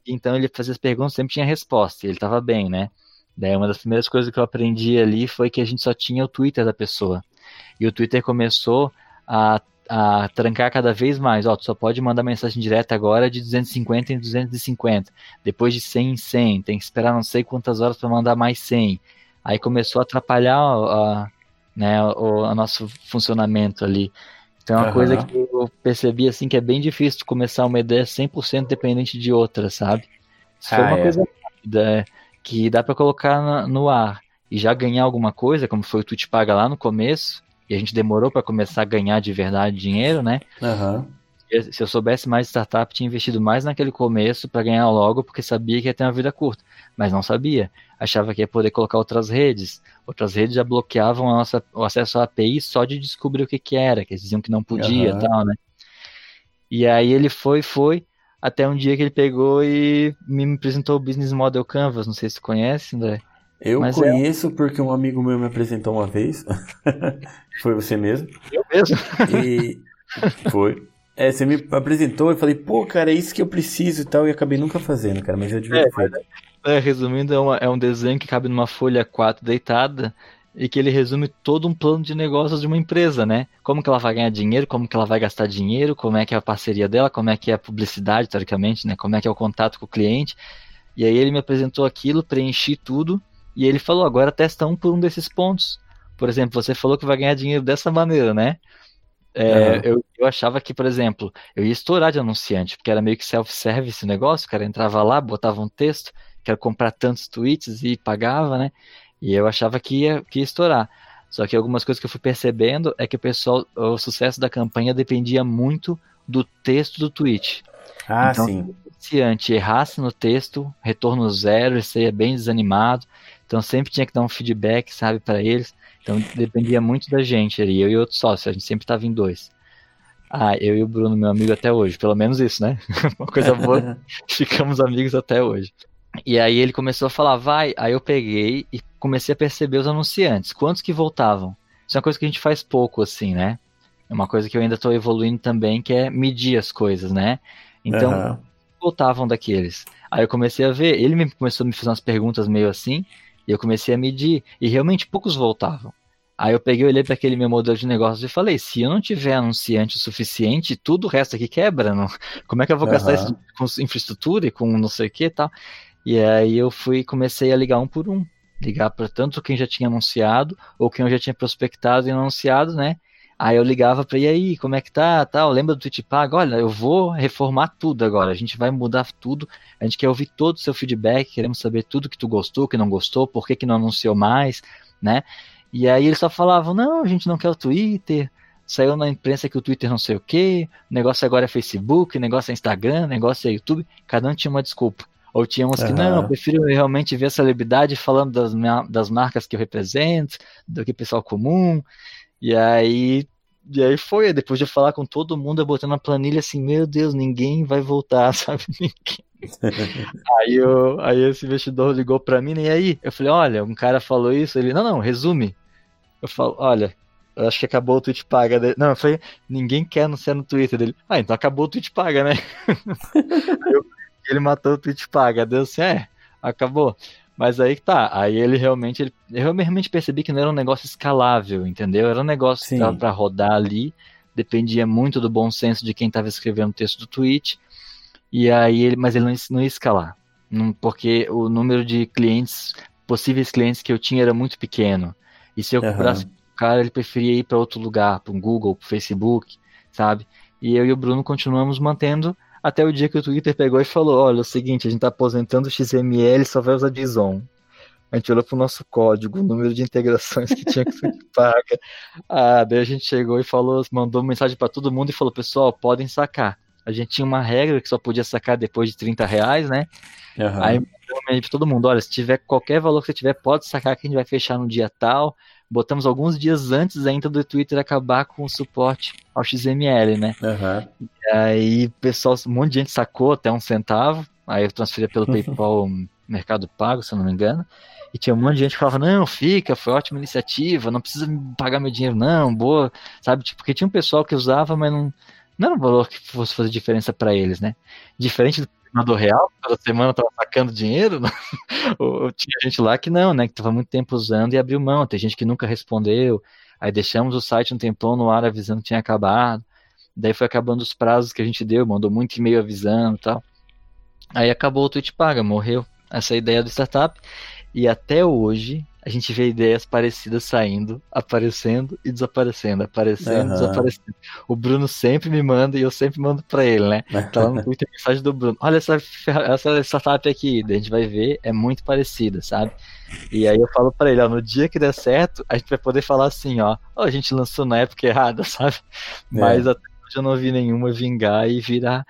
Então ele fazia as perguntas, sempre tinha resposta, e ele tava bem, né? Daí uma das primeiras coisas que eu aprendi ali foi que a gente só tinha o Twitter da pessoa. E o Twitter começou a trancar cada vez mais. Ó, tu só pode mandar mensagem direta agora de 250 em 250. Depois de 100 em 100. Tem que esperar não sei quantas horas para mandar mais 100. Aí começou a atrapalhar né, o nosso funcionamento ali. Então é uma coisa que eu percebi assim que é bem difícil começar uma ideia 100% dependente de outra, sabe? Isso foi uma coisa rápida, que dá para colocar no ar e já ganhar alguma coisa, como foi o Twitch Paga lá no começo, e a gente demorou para começar a ganhar de verdade dinheiro, né? Se eu soubesse mais de startup, tinha investido mais naquele começo para ganhar logo, porque sabia que ia ter uma vida curta, mas não sabia. Achava que ia poder colocar outras redes já bloqueavam o acesso à API só de descobrir o que era, que eles diziam que não podia e tal, né? E aí ele foi, até um dia que ele pegou e me apresentou o Business Model Canvas, não sei se você conhece, André. Eu conheço porque um amigo meu me apresentou uma vez. Foi você mesmo? Eu mesmo? E foi. Você me apresentou e falei, pô, cara, é isso que eu preciso e tal, e acabei nunca fazendo, cara, mas eu devia ter feito. Resumindo, é um desenho que cabe numa folha 4 deitada e que ele resume todo um plano de negócios de uma empresa, né? Como que ela vai ganhar dinheiro, como que ela vai gastar dinheiro, como é que é a parceria dela, como é que é a publicidade, teoricamente, né? Como é que é o contato com o cliente. E aí ele me apresentou aquilo, preenchi tudo e ele falou, agora testa um por um desses pontos. Por exemplo, você falou que vai ganhar dinheiro dessa maneira, né? Eu achava que, por exemplo, eu ia estourar de anunciante, porque era meio que self-service o negócio, o cara entrava lá, botava um texto, quero comprar tantos tweets e pagava, né? E eu achava que ia estourar. Só que algumas coisas que eu fui percebendo é que o sucesso da campanha dependia muito do texto do tweet. Então, sim. Se o anunciante errasse no texto, retorno zero, ele seria bem desanimado. Então sempre tinha que dar um feedback, sabe, para eles. Então dependia muito da gente ali, eu e outro sócio, a gente sempre estava em 2. Eu e o Bruno, meu amigo até hoje, pelo menos isso, né? Uma coisa boa, ficamos amigos até hoje. E aí ele começou a falar, aí eu peguei e comecei a perceber os anunciantes, quantos que voltavam. Isso é uma coisa que a gente faz pouco, assim, né? É uma coisa que eu ainda estou evoluindo também, que é medir as coisas, né? Então, voltavam daqueles. Aí eu comecei a ver, ele começou a me fazer umas perguntas meio assim, e eu comecei a medir, e realmente poucos voltavam. Aí eu peguei, olhei para aquele meu modelo de negócio e falei, se eu não tiver anunciante o suficiente, tudo o resto aqui quebra, não? Como é que eu vou gastar isso com infraestrutura e com não sei o que e tal? E aí eu comecei a ligar um por um, ligar para tanto quem já tinha anunciado, ou quem eu já tinha prospectado e anunciado, né? Aí eu ligava para, e aí, como é que tá, tal, lembra do Twitch Paga? Olha, eu vou reformar tudo agora, a gente vai mudar tudo, a gente quer ouvir todo o seu feedback, queremos saber tudo que tu gostou, que não gostou, por que não anunciou mais, né? E aí eles só falavam, não, a gente não quer o Twitter, saiu na imprensa que o Twitter não sei o quê, o negócio agora é Facebook, o negócio é Instagram, o negócio é YouTube, cada um tinha uma desculpa. Ou tinha uns que, não, eu prefiro realmente ver a celebridade falando das marcas que eu represento, do que pessoal comum. E aí depois de eu falar com todo mundo, eu botei na planilha assim, meu Deus, ninguém vai voltar, sabe? Ninguém. Aí esse investidor ligou pra mim, e aí? Eu falei, olha, um cara falou isso, ele, não, resume. Eu falo, olha, eu acho que acabou o Twitch Paga. Não, eu falei, ninguém quer anunciar no Twitter dele. Então acabou o Twitch Paga, né? Ele matou o Twitch Paga, deu assim, acabou. Mas aí que tá, aí eu realmente percebi que não era um negócio escalável, entendeu? Era um negócio que dava pra rodar ali, dependia muito do bom senso de quem estava escrevendo o texto do tweet, mas ele não ia escalar, porque o número de possíveis clientes que eu tinha era muito pequeno, e se eu cobrasse o cara, ele preferia ir para outro lugar, para um Google, para o Facebook, sabe? E eu e o Bruno continuamos mantendo até o dia que o Twitter pegou e falou, olha, é o seguinte, a gente está aposentando o XML, só vai usar JSON. A gente olhou pro nosso código, o número de integrações que tinha que ser paga. Daí a gente chegou e mandou mensagem para todo mundo e falou, pessoal, podem sacar. A gente tinha uma regra que só podia sacar depois de R$30, né? Aí mandamos para todo mundo, olha, se tiver qualquer valor que você tiver, pode sacar que a gente vai fechar no dia tal. Botamos alguns dias antes ainda do Twitter acabar com o suporte ao XML, né? E aí, pessoal, um monte de gente sacou até R$0,01, aí eu transferia pelo PayPal Mercado Pago, se eu não me engano, e tinha um monte de gente que falava, não, foi ótima iniciativa, não precisa pagar meu dinheiro não, boa, sabe? Porque tinha um pessoal que usava, mas não era um valor que fosse fazer diferença para eles, né? Diferente do coordenador real, toda semana tava sacando dinheiro, ou tinha gente lá que não, né, que tava muito tempo usando e abriu mão, tem gente que nunca respondeu, aí deixamos o site um tempão no ar avisando que tinha acabado, daí foi acabando os prazos que a gente deu, mandou muito e-mail avisando e tal, aí acabou o Twitch Paga, morreu essa ideia do startup, e até hoje a gente vê ideias parecidas saindo, aparecendo e desaparecendo, aparecendo e desaparecendo. O Bruno sempre me manda e eu sempre mando pra ele, né? Tá lá no Twitter a mensagem do Bruno. Olha essa startup aqui, daí a gente vai ver, é muito parecida, sabe? E aí eu falo pra ele, ó, no dia que der certo, a gente vai poder falar assim, ó, a gente lançou na época errada, sabe? Mas até hoje eu não vi nenhuma vingar e virar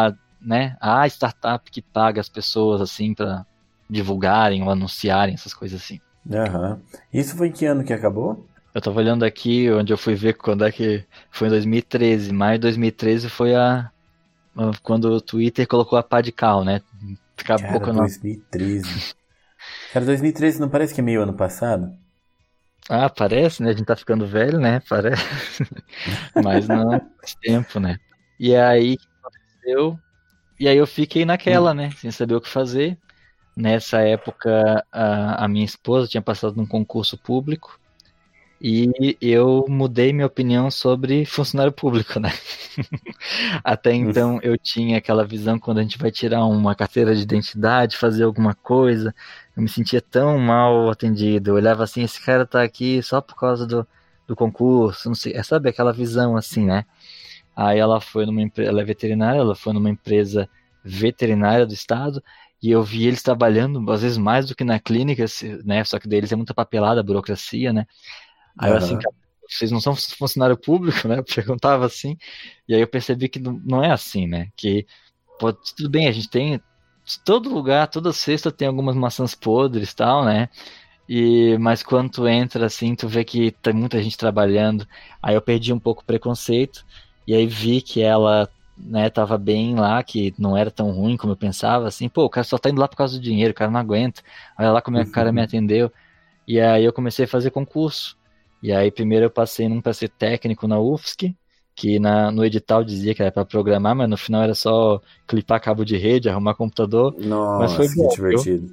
a startup que paga as pessoas, assim, pra divulgarem ou anunciarem essas coisas assim. Isso foi em que ano que acabou? Eu tava olhando aqui onde eu fui ver quando é que foi em 2013. Maio de 2013 foi quando o Twitter colocou a pá de cal, né? Acabou com 2013. Cara, 2013 não parece que é meio ano passado? Ah, parece, né? A gente tá ficando velho, né? Parece. Mas não faz tempo, né? E aí o que aconteceu? E aí eu fiquei naquela, né? Sem saber o que fazer. Nessa época, a minha esposa tinha passado num concurso público e eu mudei minha opinião sobre funcionário público, né? Até então eu tinha aquela visão quando a gente vai tirar uma carteira de identidade, fazer alguma coisa, eu me sentia tão mal atendido. Eu olhava assim, esse cara tá aqui só por causa do concurso, não sei, sabe aquela visão assim, né? Aí ela é veterinária, ela foi numa empresa veterinária do estado. E eu vi eles trabalhando, às vezes mais do que na clínica, né? Só que deles é muita papelada, burocracia, né? Aí eu assim, vocês não são funcionário público, né? Eu perguntava assim, e aí eu percebi que não é assim, né? Que, pô, tudo bem, a gente tem, todo lugar, toda sexta tem algumas maçãs podres e tal, né? Mas quando tu entra assim, tu vê que tem muita gente trabalhando, aí eu perdi um pouco o preconceito, e aí vi que ela, né, tava bem lá, que não era tão ruim como eu pensava, assim, pô, o cara só tá indo lá por causa do dinheiro, o cara não aguenta, olha lá como é que o cara me atendeu, e aí eu comecei a fazer concurso, e aí primeiro eu passei num pra ser técnico na UFSC, que no edital dizia que era para programar, mas no final era só clipar cabo de rede, arrumar computador. Nossa, mas foi bom, que divertido.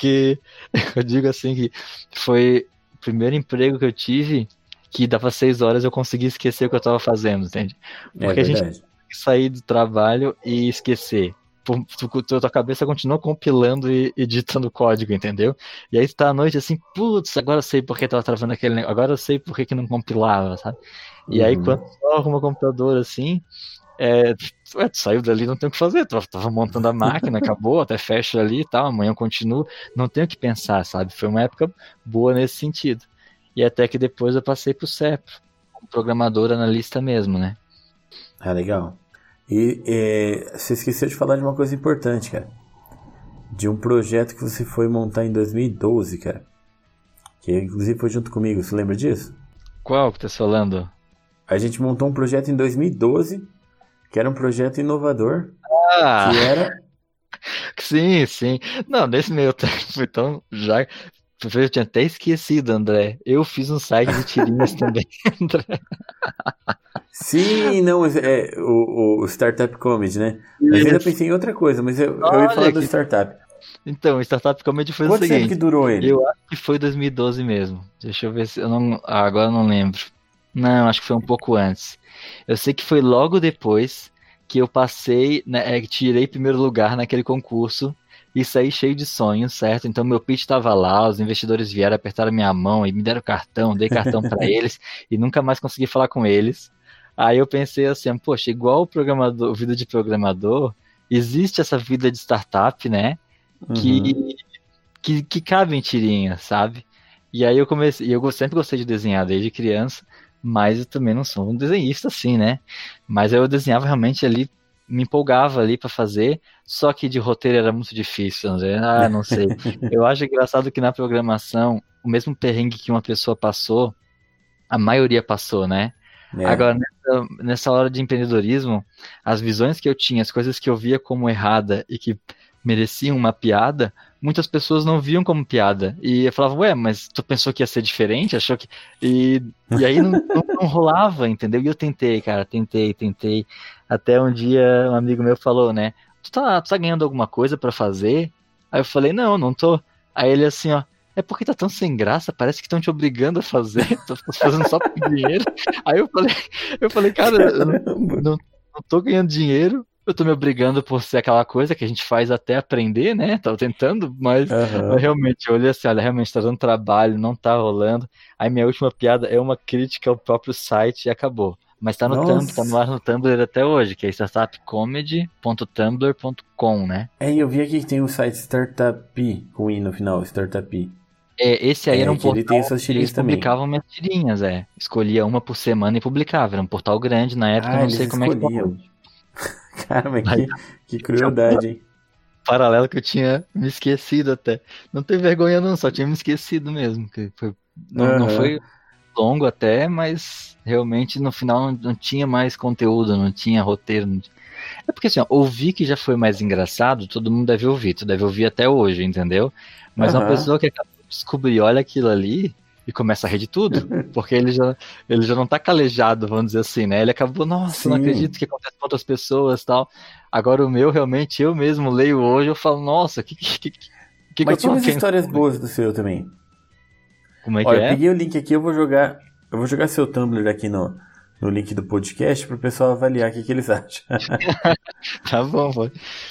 Eu digo assim que foi o primeiro emprego que eu tive que dava 6 horas eu consegui esquecer o que eu estava fazendo, entende? Porque a gente tem que sair do trabalho e esquecer. Tua cabeça continua compilando e editando código, entendeu? E aí tá à noite assim, putz, agora eu sei por que tava travando aquele negócio, agora eu sei por que não compilava, sabe? E aí quando só arruma o computador assim, tu saiu dali, não tem o que fazer, tava montando a máquina, acabou, até fecha ali e tal, amanhã eu continuo, não tenho o que pensar, sabe? Foi uma época boa nesse sentido. E até que depois eu passei pro CEPRO, como programador analista mesmo, né? Ah, legal. E você esqueceu de falar de uma coisa importante, cara. De um projeto que você foi montar em 2012, cara. Que inclusive foi junto comigo, você lembra disso? Qual que tá falando? A gente montou um projeto em 2012, que era um projeto inovador. Que era... Sim, sim. Não, nesse meio tempo, então, já... Eu tinha até esquecido, André. Eu fiz um site de tirinhas também, André. Sim, não, o Startup Comedy, né? Mas eu ainda pensei em outra coisa, mas eu ia falar do Startup. Então, o Startup Comedy foi o seguinte. Quanto tempo que durou ele? Eu acho que foi 2012 mesmo. Deixa eu ver se eu não... agora eu não lembro. Não, acho que foi um pouco antes. Eu sei que foi logo depois que eu passei, né, tirei primeiro lugar naquele concurso e saí cheio de sonhos, certo? Então meu pitch estava lá, os investidores vieram, apertaram minha mão e me deram cartão, dei cartão para eles e nunca mais consegui falar com eles. Aí eu pensei assim, poxa, igual o programador, vida de programador, existe essa vida de startup, né? Que cabe em tirinha, sabe? E aí eu comecei, eu sempre gostei de desenhar desde criança, mas eu também não sou um desenhista assim, né? Mas eu desenhava realmente ali, me empolgava ali para fazer, só que de roteiro era muito difícil, André. Ah, não sei. Eu acho engraçado que na programação, o mesmo perrengue que uma pessoa passou, a maioria passou, né? Agora, nessa hora de empreendedorismo, as visões que eu tinha, as coisas que eu via como errada e que mereciam uma piada, muitas pessoas não viam como piada. E eu falava, ué, mas tu pensou que ia ser diferente? Achou que... E aí não rolava, entendeu? E eu tentei, cara, tentei. Até um dia um amigo meu falou, né? tu tá ganhando alguma coisa pra fazer? Aí eu falei, não tô. Aí ele assim, ó, é porque tá tão sem graça, parece que estão te obrigando a fazer, tô fazendo só por dinheiro. Aí eu falei, cara, eu não tô ganhando dinheiro, eu tô me obrigando por ser aquela coisa que a gente faz até aprender, né? Tava tentando, mas realmente, eu olhei assim, olha, realmente tá dando trabalho, não tá rolando. Aí minha última piada é uma crítica ao próprio site e acabou. Mas tá no Tumblr, tá no ar no Tumblr até hoje, que é startupcomedy.tumblr.com, né? Eu vi aqui que tem o site Startup, com I no final, Startup. Esse aí era um portal ele tem suas que eles publicavam minhas tirinhas, Escolhia uma por semana e publicava. Era um portal grande na época, não sei como é que tá hoje. Caramba, que crueldade, hein? Paralelo que eu tinha me esquecido até. Não tem vergonha não, só tinha me esquecido mesmo. Que foi, não foi longo até, mas realmente no final não tinha mais conteúdo, não tinha roteiro. É porque assim, ó, ouvir que já foi mais engraçado, todo mundo deve ouvir, tu deve ouvir até hoje, entendeu? Mas uma pessoa que acabou de descobrir, olha aquilo ali e começa a rir de tudo, porque ele já não tá calejado, vamos dizer assim, né? Ele acabou, nossa, não acredito que acontece com outras pessoas e tal. Agora o meu, realmente, eu mesmo leio hoje, eu falo, nossa, mas tinha umas histórias boas do seu também. Como é que Eu peguei o link aqui, eu vou jogar seu Tumblr aqui no link do podcast pro pessoal avaliar o que eles acham. Tá bom, pô.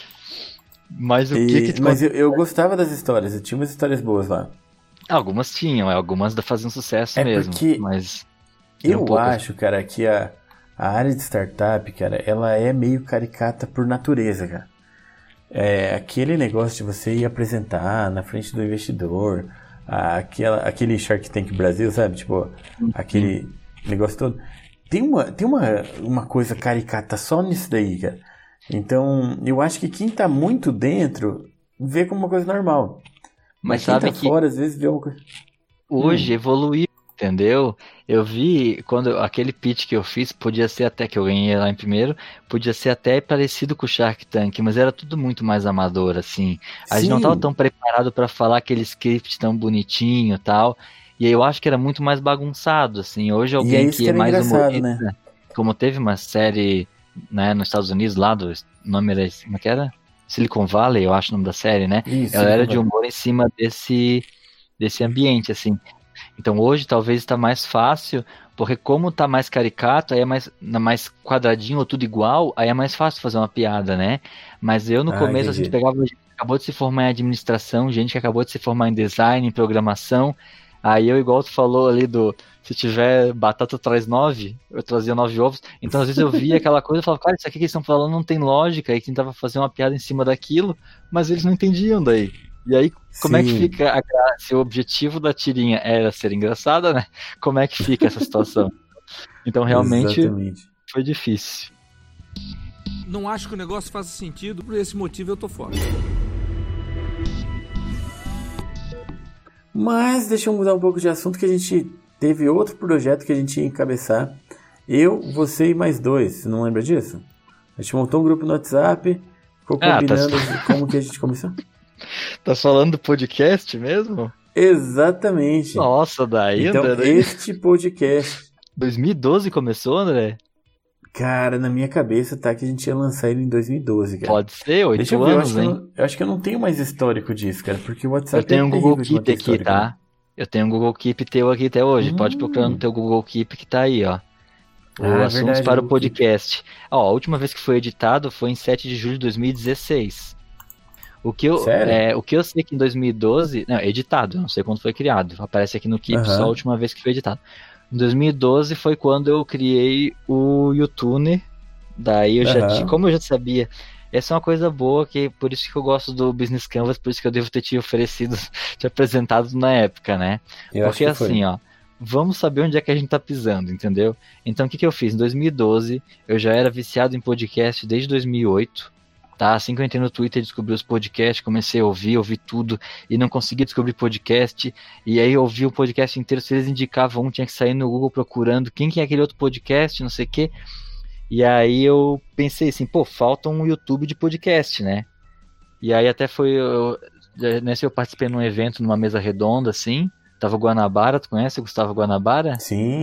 Mas Mas eu gostava das histórias, eu tinha umas histórias boas lá. Algumas tinham, algumas faziam sucesso mesmo. Porque mas eu acho, cara, que a área de startup, cara, ela é meio caricata por natureza, cara. Aquele negócio de você ir apresentar na frente do investidor, aquele Shark Tank Brasil, sabe? Tipo, aquele negócio todo. Tem uma coisa caricata só nisso daí, cara. Então, eu acho que quem tá muito dentro vê como uma coisa normal. Mas quem sabe tá fora, às vezes, vê uma coisa... Hoje evoluiu, entendeu? Eu vi, aquele pitch que eu fiz, podia ser até, que eu ganhei lá em primeiro, podia ser até parecido com o Shark Tank, mas era tudo muito mais amador, assim. A gente não tava tão preparado para falar aquele script tão bonitinho e tal. E aí eu acho que era muito mais bagunçado, assim. Hoje alguém que é mais humorista, né? Como teve uma série, né, nos Estados Unidos, lá o nome era, como é que era? Silicon Valley, eu acho o nome da série, né? Isso, ela era de humor em cima desse ambiente, assim. Então hoje talvez está mais fácil, porque como tá mais caricato, aí é mais quadradinho ou tudo igual, aí é mais fácil fazer uma piada, né? Mas eu no começo, a gente pegava gente que acabou de se formar em administração, gente que acabou de se formar em design, em programação. Aí eu, igual tu falou ali se tiver batata traz 9, eu trazia 9 ovos. Então às vezes eu via aquela coisa e falava, cara, isso aqui que eles estão falando não tem lógica. Aí tentava fazer uma piada em cima daquilo, mas eles não entendiam daí. E aí, como é que fica se o objetivo da tirinha era ser engraçada, né? Como é que fica essa situação? Então realmente foi difícil. Não acho que o negócio faça sentido, por esse motivo eu tô fora. Mas deixa eu mudar um pouco de assunto, que a gente teve outro projeto que a gente ia encabeçar. Eu, você e mais 2, você não lembra disso? A gente montou um grupo no WhatsApp, ficou combinando como que a gente começou. Tá falando do podcast mesmo? Exatamente. Nossa, daí, então, André. Este podcast... 2012 começou, André? Cara, na minha cabeça tá que a gente ia lançar ele em 2012, cara. Pode ser, 8 anos, hein? Eu acho que eu não tenho mais histórico disso, cara, porque o WhatsApp eu tenho um Google Keep aqui, tá? Né? Eu tenho um Google Keep teu aqui até hoje. Pode procurar no teu Google Keep que tá aí, ó. Assuntos para o podcast. A última vez que foi editado foi em 7 de julho de 2016. O que eu sei que em 2012... Não, editado, eu não sei quando foi criado. Aparece aqui no Keep só a última vez que foi editado. Em 2012 foi quando eu criei o YouTuner. Daí eu como eu já sabia... Essa é uma coisa boa, que por isso que eu gosto do Business Canvas, por isso que eu devo ter te oferecido, te apresentado na época, né? Porque assim, ó, vamos saber onde é que a gente tá pisando, entendeu? Então o que eu fiz? Em 2012, eu já era viciado em podcast desde 2008, tá? Assim que eu entrei no Twitter, descobri os podcasts, comecei a ouvi tudo, e não consegui descobrir podcast, e aí eu ouvi o podcast inteiro, se eles indicavam tinha que sair no Google procurando quem que é aquele outro podcast, não sei o quê. E aí eu pensei assim, falta um YouTube de podcast, né? E aí até nesse eu participei num evento, numa mesa redonda, assim, tava o Guanabara, tu conhece o Gustavo Guanabara? Sim.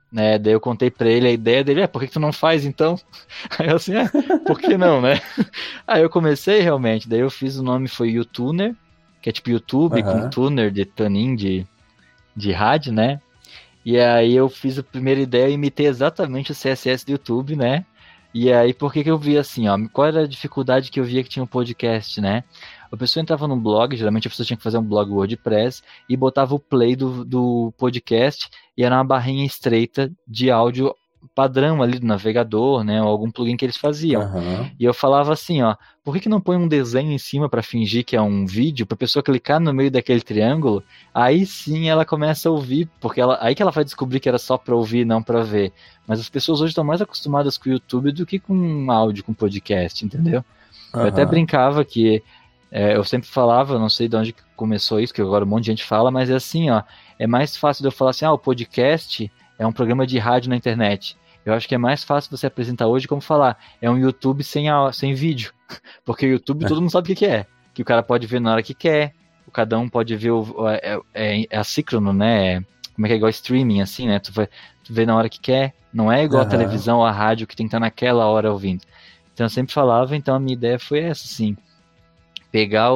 né? Daí eu contei pra ele a ideia dele, por que tu não faz então? Aí eu assim, por que não, né? Aí eu comecei realmente, daí eu fiz o nome, foi YouTuner, que é tipo YouTube com tuner de tuning de rádio, né? E aí eu fiz a primeira ideia e imitei exatamente o CSS do YouTube, né? E aí por que eu vi assim, ó, qual era a dificuldade que eu via que tinha um podcast, né? A pessoa entrava num blog, geralmente a pessoa tinha que fazer um blog WordPress e botava o play do podcast e era uma barrinha estreita de áudio padrão ali do navegador, né, ou algum plugin que eles faziam. E eu falava assim, ó, por que não põe um desenho em cima para fingir que é um vídeo, para a pessoa clicar no meio daquele triângulo, aí sim ela começa a ouvir, porque aí que ela vai descobrir que era só para ouvir, não para ver. Mas as pessoas hoje estão mais acostumadas com o YouTube do que com áudio, com podcast, entendeu? Eu até brincava que eu sempre falava, não sei de onde começou isso, que agora um monte de gente fala, mas é assim, ó, é mais fácil de eu falar assim, o podcast é um programa de rádio na internet. Eu acho que é mais fácil você apresentar hoje como falar, é um YouTube sem vídeo, porque o YouTube todo mundo sabe o que é, que o cara pode ver na hora que quer, cada um pode ver, é assíncrono, né, como é que é igual streaming, assim, né, tu vê na hora que quer, não é igual a televisão ou a rádio que tem que estar naquela hora ouvindo. Então eu sempre falava, então a minha ideia foi essa, sim. Pegar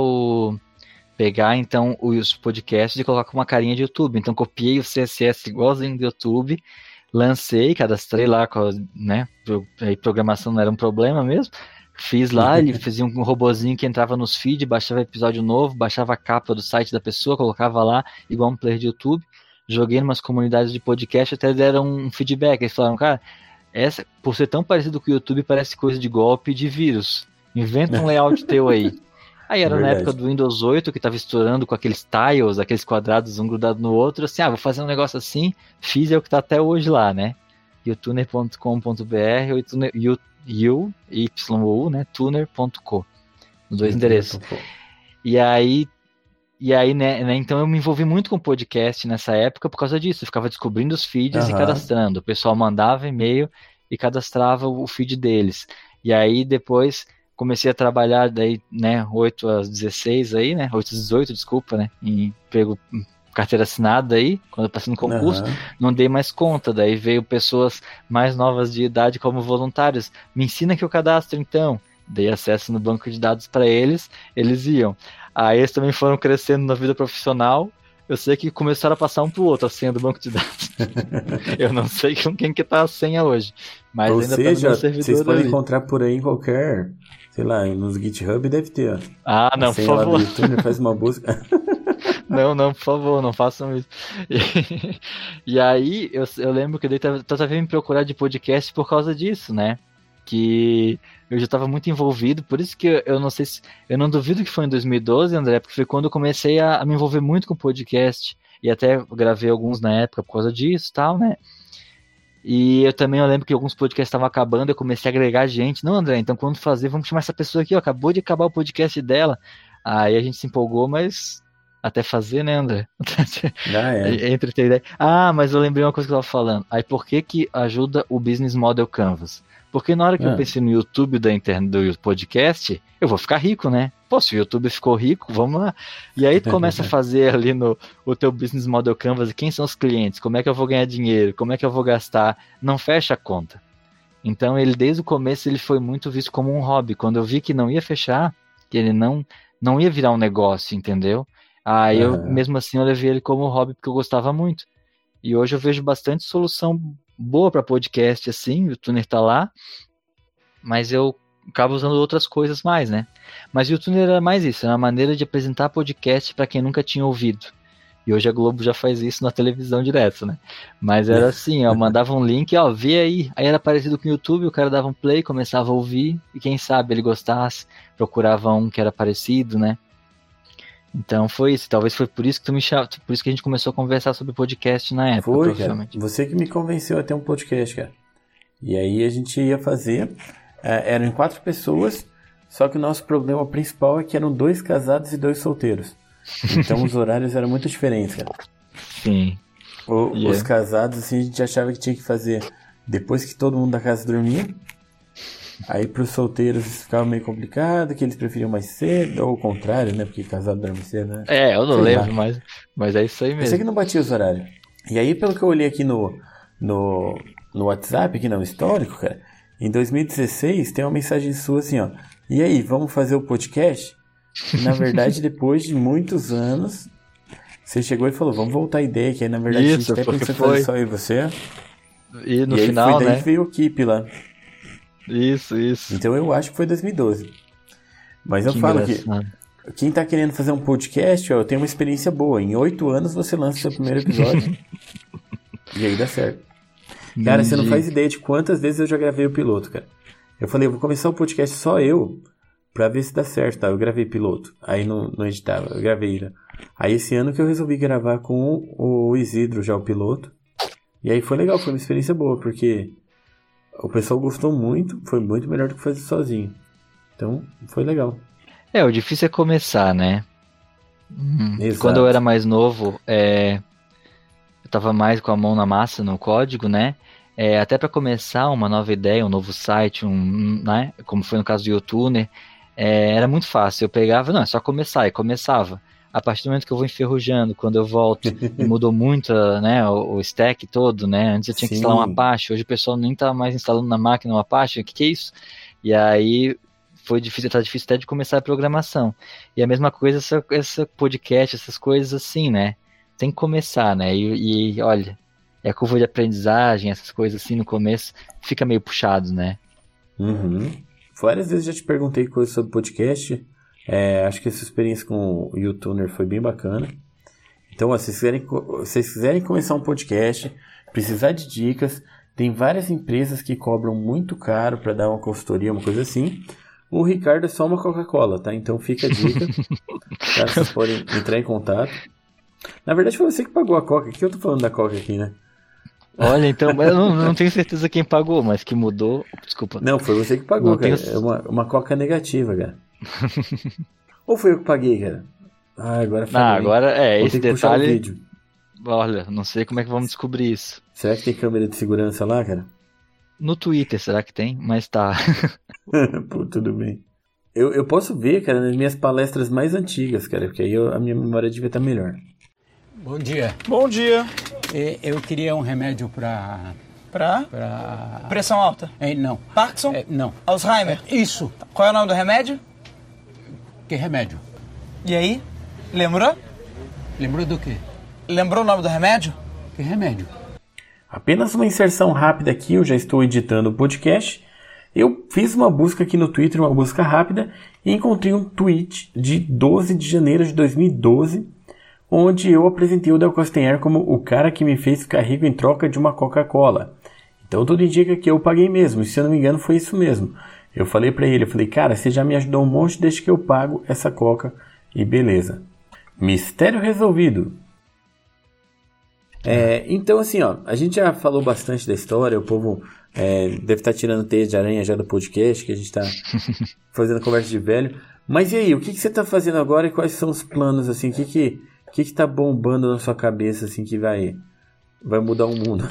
então os podcasts e colocar com uma carinha de YouTube. Então copiei o CSS igualzinho do YouTube, lancei, cadastrei lá, né? A programação não era um problema mesmo. Fiz lá, ele fazia um robozinho que entrava nos feeds, baixava episódio novo, baixava a capa do site da pessoa, colocava lá, igual um player de YouTube. Joguei em umas comunidades de podcast, até deram um feedback. Eles falaram, cara, por ser tão parecido com o YouTube, parece coisa de golpe de vírus. Inventa um layout teu aí. Aí era na época do Windows 8, que tava estourando com aqueles tiles, aqueles quadrados um grudado no outro, assim, vou fazer um negócio assim, fiz, é o que tá até hoje lá, né? youtuner.com.br ou YU, né? tuner.co, os dois endereços. E aí, né, então eu me envolvi muito com podcast nessa época por causa disso, eu ficava descobrindo os feeds e cadastrando, o pessoal mandava e-mail e cadastrava o feed deles. E aí depois comecei a trabalhar daí, né, 8 às 16 aí, né, 8 às 18, desculpa, né, em pego carteira assinada aí, quando eu passei no concurso, não dei mais conta, daí veio pessoas mais novas de idade como voluntários, me ensina que eu cadastro então, dei acesso no banco de dados para eles iam. Aí eles também foram crescendo na vida profissional, eu sei que começaram a passar um pro outro a senha do banco de dados. Eu não sei com quem que tá a senha hoje, mas ou ainda seja, tá no servidor. Vocês podem encontrar por aí em qualquer, sei lá, nos GitHub deve ter, ó. Não, por favor. YouTube, faz uma busca. Não, por favor, não façam isso. E aí, eu lembro que eu tava me procurar de podcast por causa disso, né? Que eu já estava muito envolvido, por isso que eu não sei se... Eu não duvido que foi em 2012, André, porque foi quando eu comecei a me envolver muito com podcast, e até gravei alguns na época por causa disso e tal, né? E eu lembro que alguns podcasts estavam acabando, eu comecei a agregar gente. Não, André, então quando fazer, vamos chamar essa pessoa aqui, ó, acabou de acabar o podcast dela. Aí a gente se empolgou, mas... Até fazer, né, André? Entre ter ideia. Mas eu lembrei uma coisa que eu tava falando. Aí por que ajuda o Business Model Canvas? Porque na hora que eu pensei no YouTube do podcast, eu vou ficar rico, né? Pô, se o YouTube ficou rico, vamos lá. E aí tu começa a fazer ali o teu Business Model Canvas, quem são os clientes, como é que eu vou ganhar dinheiro, como é que eu vou gastar, não fecha a conta. Então ele, desde o começo, ele foi muito visto como um hobby. Quando eu vi que não ia fechar, que ele não ia virar um negócio, entendeu? Aí eu, mesmo assim, eu levei ele como hobby porque eu gostava muito. E hoje eu vejo bastante solução boa para podcast, assim, o Tuner tá lá, mas eu acabo usando outras coisas mais, né? Mas o Tuner era mais isso, era uma maneira de apresentar podcast para quem nunca tinha ouvido. E hoje a Globo já faz isso na televisão direto, né? Mas era assim, ó, mandava um link, ó, vê aí. Aí era parecido com o YouTube, o cara dava um play, começava a ouvir, e quem sabe ele gostasse, procurava um que era parecido, né? Então foi isso, talvez foi por isso que por isso que a gente começou a conversar sobre podcast na época. Foi, cara, você que me convenceu a ter um podcast, cara. E aí a gente ia fazer, eram 4 pessoas, só que o nosso problema principal é que eram 2 casados e 2 solteiros. Então os horários eram muito diferentes, cara. Sim. Os casados, assim, a gente achava que tinha que fazer depois que todo mundo da casa dormia. Aí pros solteiros ficava meio complicado, que eles preferiam mais cedo, ou o contrário, né? Porque casado dorme cedo, né? Eu não lembro, mas é isso aí mesmo. Eu sei que não batia os horários. E aí, pelo que eu olhei aqui no no WhatsApp, aqui no histórico, cara, em 2016 tem uma mensagem sua assim, ó. E aí, vamos fazer o podcast? E, na verdade, depois de muitos anos, você chegou e falou, vamos voltar a ideia, que aí, na verdade, Isso, a gente até porque pensou em fazer só eu e você. E no e aí final, foi daí né? que veio o Keep lá. Isso. Então eu acho que foi 2012. Mas eu Que falo engraçado. que quem tá querendo fazer um podcast, ó, eu tenho uma experiência boa. Em 8 anos você lança seu primeiro episódio. E aí dá certo. Cara, você não faz ideia de quantas vezes eu já gravei o piloto, cara. Eu falei, eu vou começar o podcast só eu, pra ver se dá certo, tá? Eu gravei piloto. Aí não editava, eu gravei, né? Aí esse ano que eu resolvi gravar com o Isidro já o piloto. E aí foi legal, foi uma experiência boa, porque o pessoal gostou muito, foi muito melhor do que fazer sozinho. Então, foi legal. O difícil é começar, né? Exato. Quando eu era mais novo, eu tava mais com a mão na massa no código, né? Até para começar uma nova ideia, um novo site, né? Como foi no caso do YouTuner, era muito fácil. Eu pegava, não, é só começar, e começava. A partir do momento que eu vou enferrujando, quando eu volto, e mudou muito, né, o stack todo, né? Antes eu tinha que instalar um Apache, hoje o pessoal nem tá mais instalando na máquina um Apache, o que é isso? E aí foi difícil, tá difícil até de começar a programação. E a mesma coisa, essa podcast, essas coisas assim, né? Tem que começar, né? E olha, a curva de aprendizagem, essas coisas assim no começo, fica meio puxado, né? Uhum. Várias vezes já te perguntei coisas sobre podcast. Acho que essa experiência com o YouTuner foi bem bacana. Então, ó, se vocês quiserem começar um podcast, precisar de dicas, tem várias empresas que cobram muito caro para dar uma consultoria, uma coisa assim. O Ricardo é só uma Coca-Cola, tá? Então fica a dica. Tá? Vocês podem entrar em contato. Na verdade foi você que pagou a Coca. O que eu tô falando da Coca aqui, né? Olha, então, eu não tenho certeza quem pagou, mas que mudou. Desculpa. Não, foi você que pagou, Não cara. tenho- É uma Coca negativa, cara. Ou foi eu que paguei, cara? Agora falei. Agora, Vou esse ter que puxar o detalhe, vídeo. olha, não sei como é que vamos descobrir isso. Será que tem câmera de segurança lá, cara? No Twitter, será que tem? Mas tá. Pô, tudo bem. Eu posso ver, cara, nas minhas palestras mais antigas, cara, porque aí a minha memória devia estar melhor. Bom dia. Bom dia. Eu queria um remédio para Pressão alta. não. Parkinson? Não. Alzheimer? Isso. Qual é o nome do remédio? Que remédio? E aí? Lembrou? Lembrou do quê? Lembrou o nome do remédio? Que remédio? Apenas uma inserção rápida aqui, eu já estou editando o podcast. Eu fiz uma busca aqui no Twitter, uma busca rápida, e encontrei um tweet de 12 de janeiro de 2012, onde eu apresentei o Del Castanheira como o cara que me fez ficar rico em troca de uma Coca-Cola. Então tudo indica que eu paguei mesmo, e se eu não me engano foi isso mesmo. Eu falei pra ele, cara, você já me ajudou um monte desde que eu pago essa Coca, e beleza. Mistério resolvido. Então assim, ó, a gente já falou bastante da história, o povo deve estar tirando teia de aranha já do podcast, que a gente está fazendo conversa de velho. Mas e aí, o que você está fazendo agora e quais são os planos, assim, o que tá bombando na sua cabeça, assim, que vai mudar o mundo?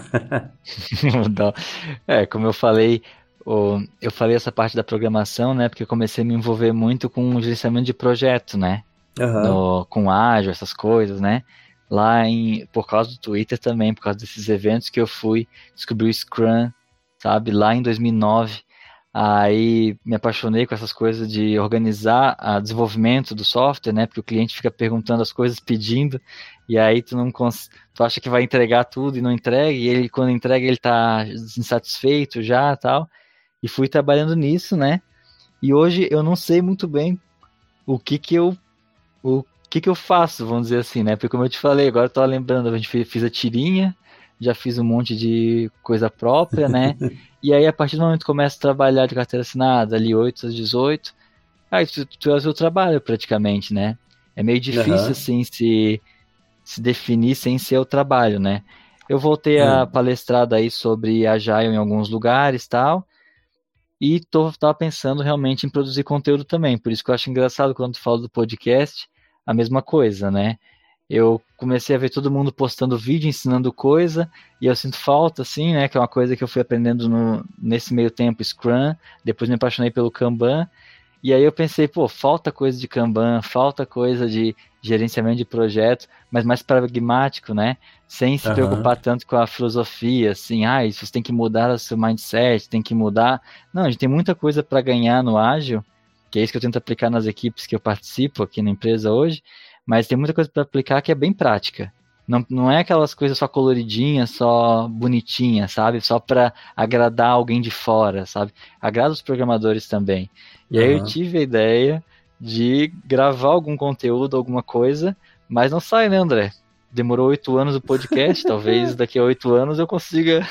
Como eu falei, eu falei essa parte da programação, né, porque eu comecei a me envolver muito com o gerenciamento de projeto, né, com ágil, essas coisas, né, por causa do Twitter também, por causa desses eventos que eu fui descobrir o Scrum, sabe, lá em 2009, aí me apaixonei com essas coisas de organizar o desenvolvimento do software, né, porque o cliente fica perguntando as coisas, pedindo, e aí tu acha que vai entregar tudo e não entrega, e ele, quando entrega, ele tá insatisfeito já, tal, e fui trabalhando nisso, né, e hoje eu não sei muito bem o que eu faço, vamos dizer assim, né, porque como eu te falei, agora eu tô lembrando, a gente fiz a tirinha, já fiz um monte de coisa própria, né? E aí, a partir do momento que começa a trabalhar de carteira assinada, ali 8 às 18, aí tu é o seu trabalho, praticamente, né? É meio difícil, assim, se definir sem ser o trabalho, né? Eu voltei a palestrar daí sobre Agile em alguns lugares e tal, e tava pensando realmente em produzir conteúdo também, por isso que eu acho engraçado quando tu fala do podcast, a mesma coisa, né? Eu comecei a ver todo mundo postando vídeo, ensinando coisa, e eu sinto falta, assim, né, que é uma coisa que eu fui aprendendo nesse meio tempo, Scrum, depois me apaixonei pelo Kanban, e aí eu pensei, falta coisa de Kanban, falta coisa de gerenciamento de projetos, mas mais pragmático, né? Sem se preocupar tanto com a filosofia, assim, isso você tem que mudar o seu mindset, tem que mudar. Não, a gente tem muita coisa para ganhar no ágil, que é isso que eu tento aplicar nas equipes que eu participo aqui na empresa hoje, mas tem muita coisa para aplicar que é bem prática. Não é aquelas coisas só coloridinhas, só bonitinhas, sabe? Só para agradar alguém de fora, sabe? Agrada os programadores também. E aí eu tive a ideia de gravar algum conteúdo, alguma coisa, mas não sai, né, André? Demorou 8 anos o podcast, talvez daqui a 8 anos eu consiga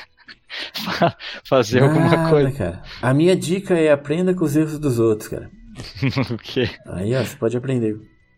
fazer alguma coisa. Cara. A minha dica é aprenda com os erros dos outros, cara. O quê? Aí, ó, você pode aprender.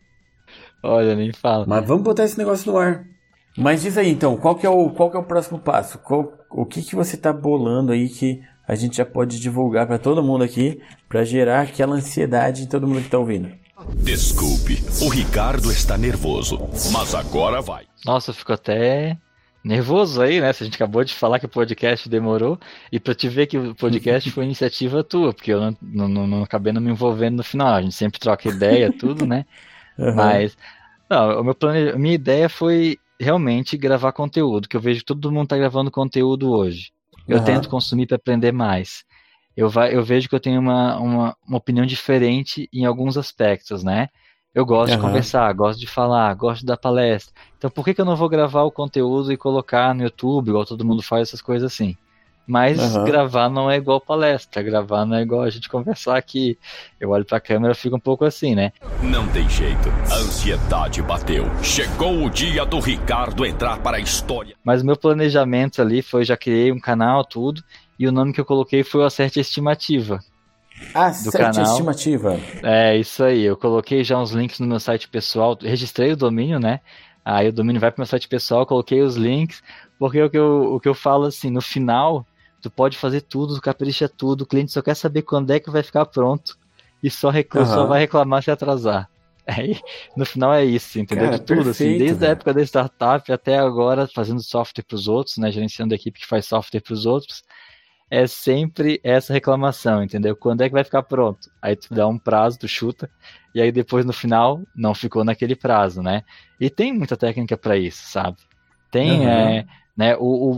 Olha, nem fala. Mas vamos botar esse negócio no ar. Mas diz aí, então, qual que é o próximo passo? O que você tá bolando aí que a gente já pode divulgar para todo mundo aqui, para gerar aquela ansiedade em todo mundo que tá ouvindo? Desculpe, o Ricardo está nervoso, mas agora vai. Nossa, eu fico até nervoso aí, né? Se a gente acabou de falar que o podcast demorou, e pra te ver que o podcast foi iniciativa tua, porque eu não acabei não me envolvendo no final. A gente sempre troca ideia, tudo, né? Mas, não, a minha ideia foi realmente gravar conteúdo, que eu vejo que todo mundo tá gravando conteúdo hoje. Eu tento consumir para aprender mais. Eu vejo que eu tenho uma opinião diferente em alguns aspectos, né? Eu gosto de conversar, gosto de falar, gosto de dar palestra. Então por que eu não vou gravar o conteúdo e colocar no YouTube, igual todo mundo faz essas coisas assim? Mas gravar não é igual palestra, gravar não é igual a gente conversar aqui. Eu olho pra câmera e fico um pouco assim, né? Não tem jeito, a ansiedade bateu. Chegou o dia do Ricardo entrar para a história. Mas o meu planejamento ali foi, já criei um canal, tudo, e o nome que eu coloquei foi o Acerte a Estimativa. Acerte a Estimativa. É, isso aí, eu coloquei já uns links no meu site pessoal, registrei o domínio, né? Aí o domínio vai pro meu site pessoal, coloquei os links, porque o que eu falo assim, no final, tu pode fazer tudo, tu capricha tudo, o cliente só quer saber quando é que vai ficar pronto e só vai reclamar se atrasar. Aí, no final é isso, entendeu? Cara, de tudo, perfeito, assim, desde a época da startup até agora, fazendo software para os outros, né, gerenciando a equipe que faz software para os outros, é sempre essa reclamação, entendeu? Quando é que vai ficar pronto? Aí tu dá um prazo, tu chuta, e aí depois no final não ficou naquele prazo, né? E tem muita técnica para isso, sabe? Tem, né,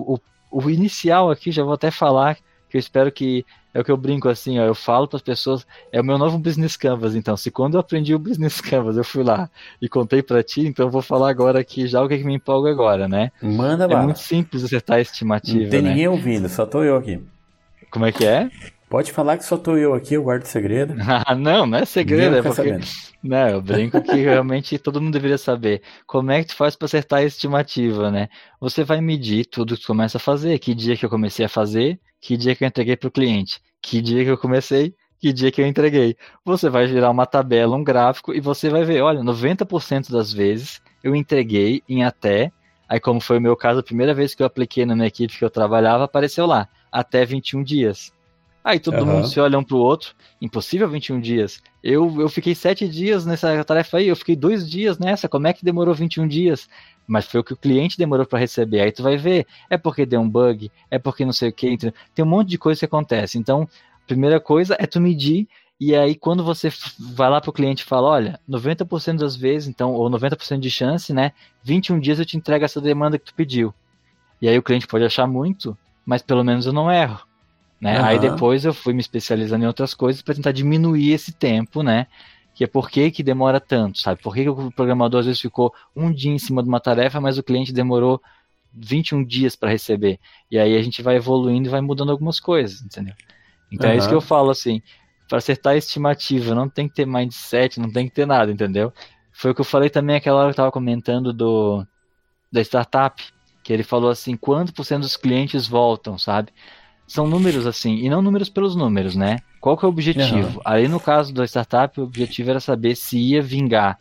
o inicial aqui, já vou até falar, que eu espero que, é o que eu brinco assim, ó, eu falo para as pessoas, é o meu novo Business Canvas, então, se quando eu aprendi o Business Canvas, eu fui lá e contei para ti, então eu vou falar agora aqui já o que me empolga agora, né? Manda bala. É muito simples acertar a estimativa, não tem né? ninguém ouvindo, só tô eu aqui. Como é que é? Pode falar que só tô eu aqui, eu guardo segredo. Não é segredo, é porque... Sabendo. Não, eu brinco que realmente todo mundo deveria saber. Como é que tu faz para acertar a estimativa, né? Você vai medir tudo que tu começa a fazer. Que dia que eu comecei a fazer, que dia que eu entreguei para o cliente, que dia que eu comecei, que dia que eu entreguei. Você vai gerar uma tabela, um gráfico, e você vai ver, olha, 90% das vezes eu entreguei em até, aí como foi o meu caso, a primeira vez que eu apliquei na minha equipe que eu trabalhava, apareceu lá, até 21 dias. Aí todo mundo se olha um pro outro, impossível 21 dias. Eu fiquei 7 dias nessa tarefa aí, eu fiquei 2 dias nessa, como é que demorou 21 dias? Mas foi o que o cliente demorou para receber. Aí tu vai ver, é porque deu um bug, é porque não sei o que, tem um monte de coisa que acontece. Então, a primeira coisa é tu medir, e aí quando você vai lá pro cliente e fala, olha, 90% das vezes, então, ou 90% de chance, né, 21 dias eu te entrego essa demanda que tu pediu. E aí o cliente pode achar muito, mas pelo menos eu não erro. Né? Aí depois eu fui me especializando em outras coisas para tentar diminuir esse tempo, né? Que é por que demora tanto, sabe? Por que o programador às vezes ficou um dia em cima de uma tarefa, mas o cliente demorou 21 dias para receber. E aí a gente vai evoluindo e vai mudando algumas coisas, entendeu? Então é isso que eu falo, assim, para acertar a estimativa, não tem que ter mindset, não tem que ter nada, entendeu? Foi o que eu falei também aquela hora que eu estava comentando da startup, que ele falou assim, quantos por cento dos clientes voltam, sabe? São números assim, e não números pelos números, né? Qual que é o objetivo? Aí no caso da startup, o objetivo era saber se ia vingar,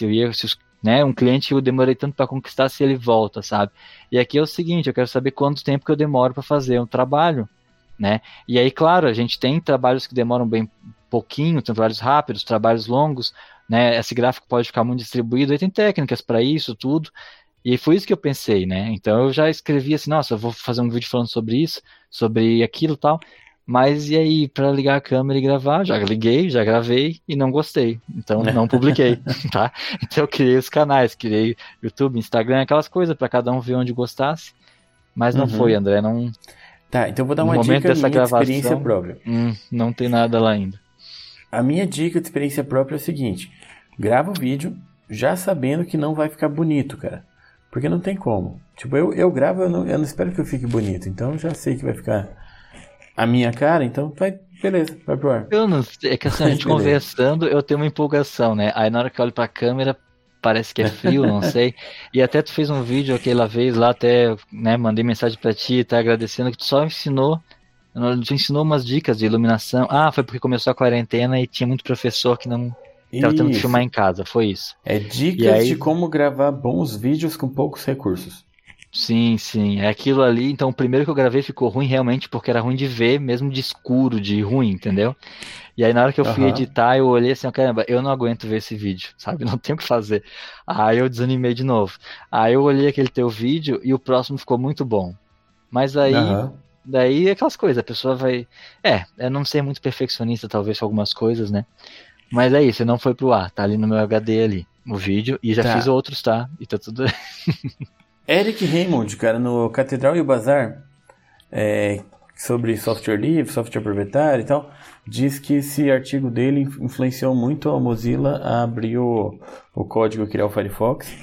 né, um cliente que eu demorei tanto para conquistar, se ele volta, sabe? E aqui é o seguinte, eu quero saber quanto tempo que eu demoro para fazer um trabalho, né? E aí, claro, a gente tem trabalhos que demoram bem pouquinho, tem trabalhos rápidos, trabalhos longos, né? Esse gráfico pode ficar muito distribuído, aí tem técnicas para isso, tudo. E foi isso que eu pensei, né? Então eu já escrevi assim, nossa, eu vou fazer um vídeo falando sobre isso, sobre aquilo e tal, Mas e aí, pra ligar a câmera e gravar? Já liguei, já gravei e não gostei. Então não publiquei, tá? Então eu criei os canais, criei YouTube, Instagram, aquelas coisas pra cada um ver onde gostasse. Mas não foi, André, não... Tá, então eu vou dar No uma momento dica dessa minha de gravação, experiência própria. Não tem nada lá ainda. A minha dica de experiência própria é o seguinte: grava o vídeo já sabendo que não vai ficar bonito, cara. Porque não tem como. Tipo, eu gravo, eu não espero que eu fique bonito. Então eu já sei que vai ficar a minha cara, então beleza, vai pro ar. Eu não sei, é que assim, a gente Beleza. conversando, eu tenho uma empolgação, né? Aí na hora que eu olho pra câmera, parece que é frio, não sei. E até tu fez um vídeo aquela vez lá, até, né, mandei mensagem pra ti, tá agradecendo que tu só tu ensinou umas dicas de iluminação. Ah, foi porque começou a quarentena e tinha muito professor que não tava tendo que Isso. filmar em casa, foi isso. É dicas E aí- de como gravar bons vídeos com poucos recursos. Sim, é aquilo ali. Então, o primeiro que eu gravei ficou ruim realmente porque era ruim de ver, mesmo de escuro, de ruim, entendeu? E aí, na hora que eu fui Aham. editar, eu olhei assim, ó, caramba, eu não aguento ver esse vídeo, sabe? Não tenho o que fazer. Aí eu desanimei de novo. Aí eu olhei aquele teu vídeo e o próximo ficou muito bom. Mas aí, Aham. daí é aquelas coisas, a pessoa vai. Eu não ser muito perfeccionista, talvez, com algumas coisas, né? Mas é isso, não foi pro ar, tá ali no meu HD ali, o vídeo, e já Tá. fiz outros, tá? E tá tudo. Eric Raymond, cara, no Catedral e o Bazar, sobre software livre, software proprietário e tal, diz que esse artigo dele influenciou muito a Mozilla a abrir o código e criar o Firefox.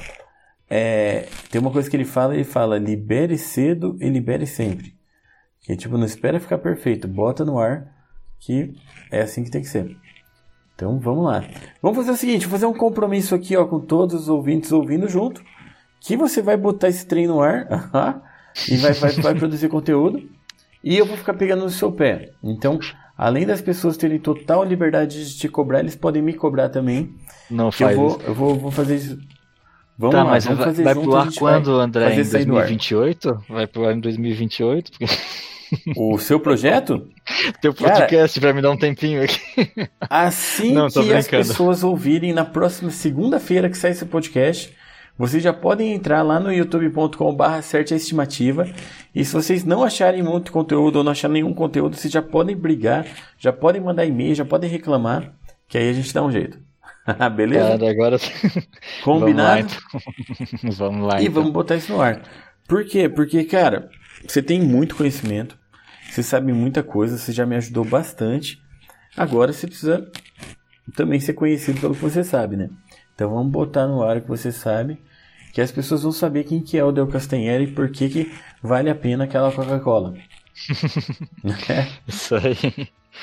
Tem uma coisa que ele fala libere cedo e libere sempre. Que tipo, não espera ficar perfeito, bota no ar, que é assim que tem que ser. Então vamos lá. Vamos fazer o seguinte, vou fazer um compromisso aqui, ó, com todos os ouvintes ouvindo junto, que você vai botar esse trem no ar e vai produzir conteúdo, e eu vou ficar pegando no seu pé. Então, além das pessoas terem total liberdade de te cobrar, eles podem me cobrar também. Não Que faz eu isso. vou fazer isso. Vamos Tá, lá, mas vamos fazer vai junto. pro A ar gente vai quando, André? fazer Em sair do ar. 2028? Vai pro ar em 2028? Porque O seu projeto? teu podcast pra me dar um tempinho aqui. Assim Não, tô que as brincando. pessoas ouvirem na próxima segunda-feira que sai esse podcast, vocês já podem entrar lá no youtube.com/acerte-a-estimativa, e se vocês não acharem muito conteúdo ou não acharem nenhum conteúdo, vocês já podem brigar, já podem mandar e-mail, já podem reclamar, que aí a gente dá um jeito. Beleza? Cara, agora. Combinado? Vamos lá, E então. vamos botar isso no ar. Por quê? Porque, cara, você tem muito conhecimento, você sabe muita coisa, você já me ajudou bastante. Agora você precisa também ser conhecido pelo que você sabe, né? Então vamos botar no ar o que você sabe, que as pessoas vão saber quem que é o Del Castanheira e por que vale a pena aquela Coca-Cola. Isso aí.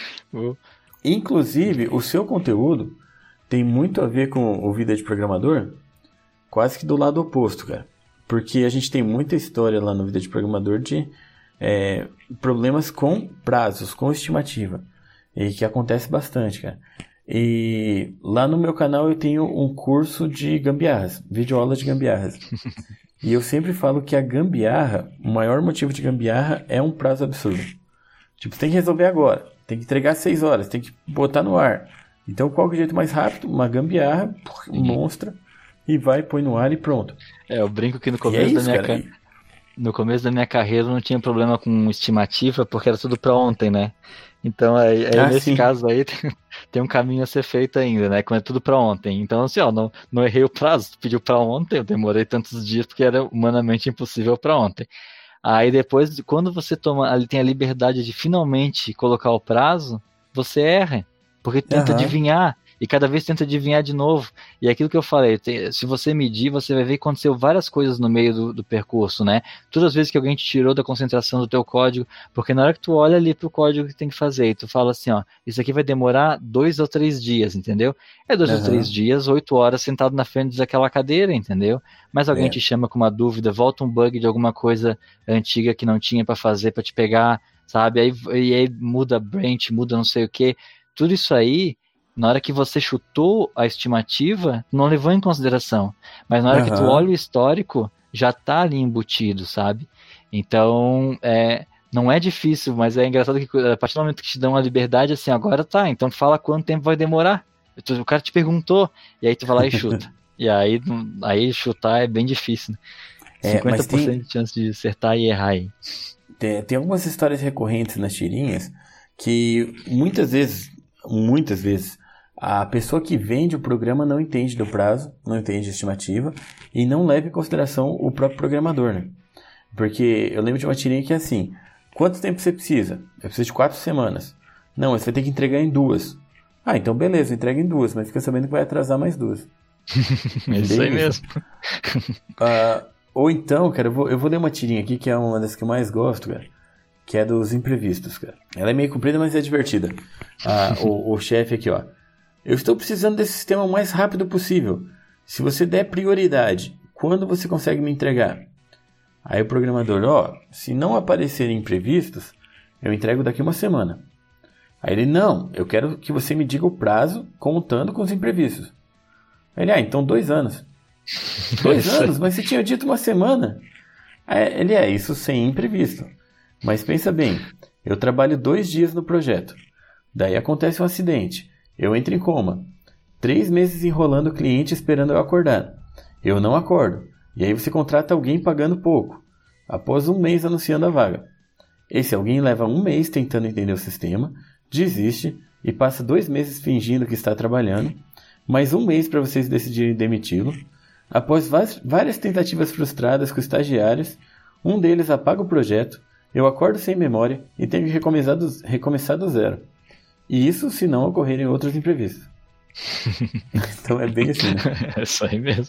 Inclusive, o seu conteúdo tem muito a ver com o Vida de Programador, quase que do lado oposto, cara. Porque a gente tem muita história lá no Vida de Programador de problemas com prazos, com estimativa. E que acontece bastante, cara. E lá no meu canal eu tenho um curso de gambiarras, videoaula de gambiarras. E eu sempre falo que a gambiarra, o maior motivo de gambiarra é um prazo absurdo. Tipo, você tem que resolver agora, tem que entregar 6 horas, tem que botar no ar. Então qual que é o jeito mais rápido? Uma gambiarra, monstra, e vai, põe no ar e pronto. Eu brinco que no E começo da minha cara. No começo da minha carreira eu não tinha problema com estimativa porque era tudo pra ontem, né? Então aí nesse sim. caso aí tem um caminho a ser feito ainda, né? Quando é tudo pra ontem. Então assim, ó, não errei o prazo, tu pediu pra ontem, eu demorei tantos dias porque era humanamente impossível pra ontem. Aí depois, quando você tem a liberdade de finalmente colocar o prazo, você erra, porque tenta adivinhar. E cada vez tenta adivinhar de novo. E é aquilo que eu falei, se você medir, você vai ver que aconteceu várias coisas no meio do percurso, né? Todas as vezes que alguém te tirou da concentração do teu código, porque na hora que tu olha ali pro código que tem que fazer, e tu fala assim, ó, isso aqui vai demorar 2 ou 3 dias, entendeu? É 2 ou 3 dias, 8 horas sentado na frente daquela cadeira, entendeu? Mas alguém te chama com uma dúvida, volta um bug de alguma coisa antiga que não tinha para fazer, para te pegar, sabe? E aí muda branch, muda não sei o que. Tudo isso aí, na hora que você chutou a estimativa, não levou em consideração. Mas na hora que tu olha o histórico, já tá ali embutido, sabe? Então, não é difícil, mas é engraçado que a partir do momento que te dão a liberdade, assim, agora tá, então fala quanto tempo vai demorar. O cara te perguntou, e aí tu vai lá e chuta. E aí chutar é bem difícil, né? 50% de chance de acertar e errar aí. Tem algumas histórias recorrentes nas tirinhas que muitas vezes, a pessoa que vende o programa não entende do prazo, não entende a estimativa e não leva em consideração o próprio programador, né? Porque eu lembro de uma tirinha que é assim: quanto tempo você precisa? Eu preciso de 4 semanas. Não, você vai ter que entregar em 2. Ah, então beleza, entrega em 2, mas fica sabendo que vai atrasar mais 2. É isso aí mesmo. Ou então, cara, eu vou ler uma tirinha aqui que é uma das que eu mais gosto, cara, que é dos imprevistos, cara. Ela é meio comprida, mas é divertida. O chefe aqui, ó. Eu estou precisando desse sistema o mais rápido possível. Se você der prioridade, quando você consegue me entregar? Aí o programador, se não aparecerem imprevistos, eu entrego daqui 1 semana. Aí ele, não, eu quero que você me diga o prazo contando com os imprevistos. Ele, então 2 anos. 2 anos? Mas você tinha dito 1 semana. Ele, isso sem imprevisto. Mas pensa bem, eu trabalho 2 dias no projeto. Daí acontece um acidente. Eu entro em coma. 3 meses enrolando o cliente esperando eu acordar. Eu não acordo. E aí você contrata alguém pagando pouco. Após 1 mês anunciando a vaga. Esse alguém leva 1 mês tentando entender o sistema, desiste e passa 2 meses fingindo que está trabalhando, mais 1 mês para vocês decidirem demiti-lo. Após várias tentativas frustradas com estagiários, um deles apaga o projeto, eu acordo sem memória e tenho que recomeçar do zero. E isso se não ocorrerem outros imprevistos. Então é bem assim, né? É isso aí mesmo.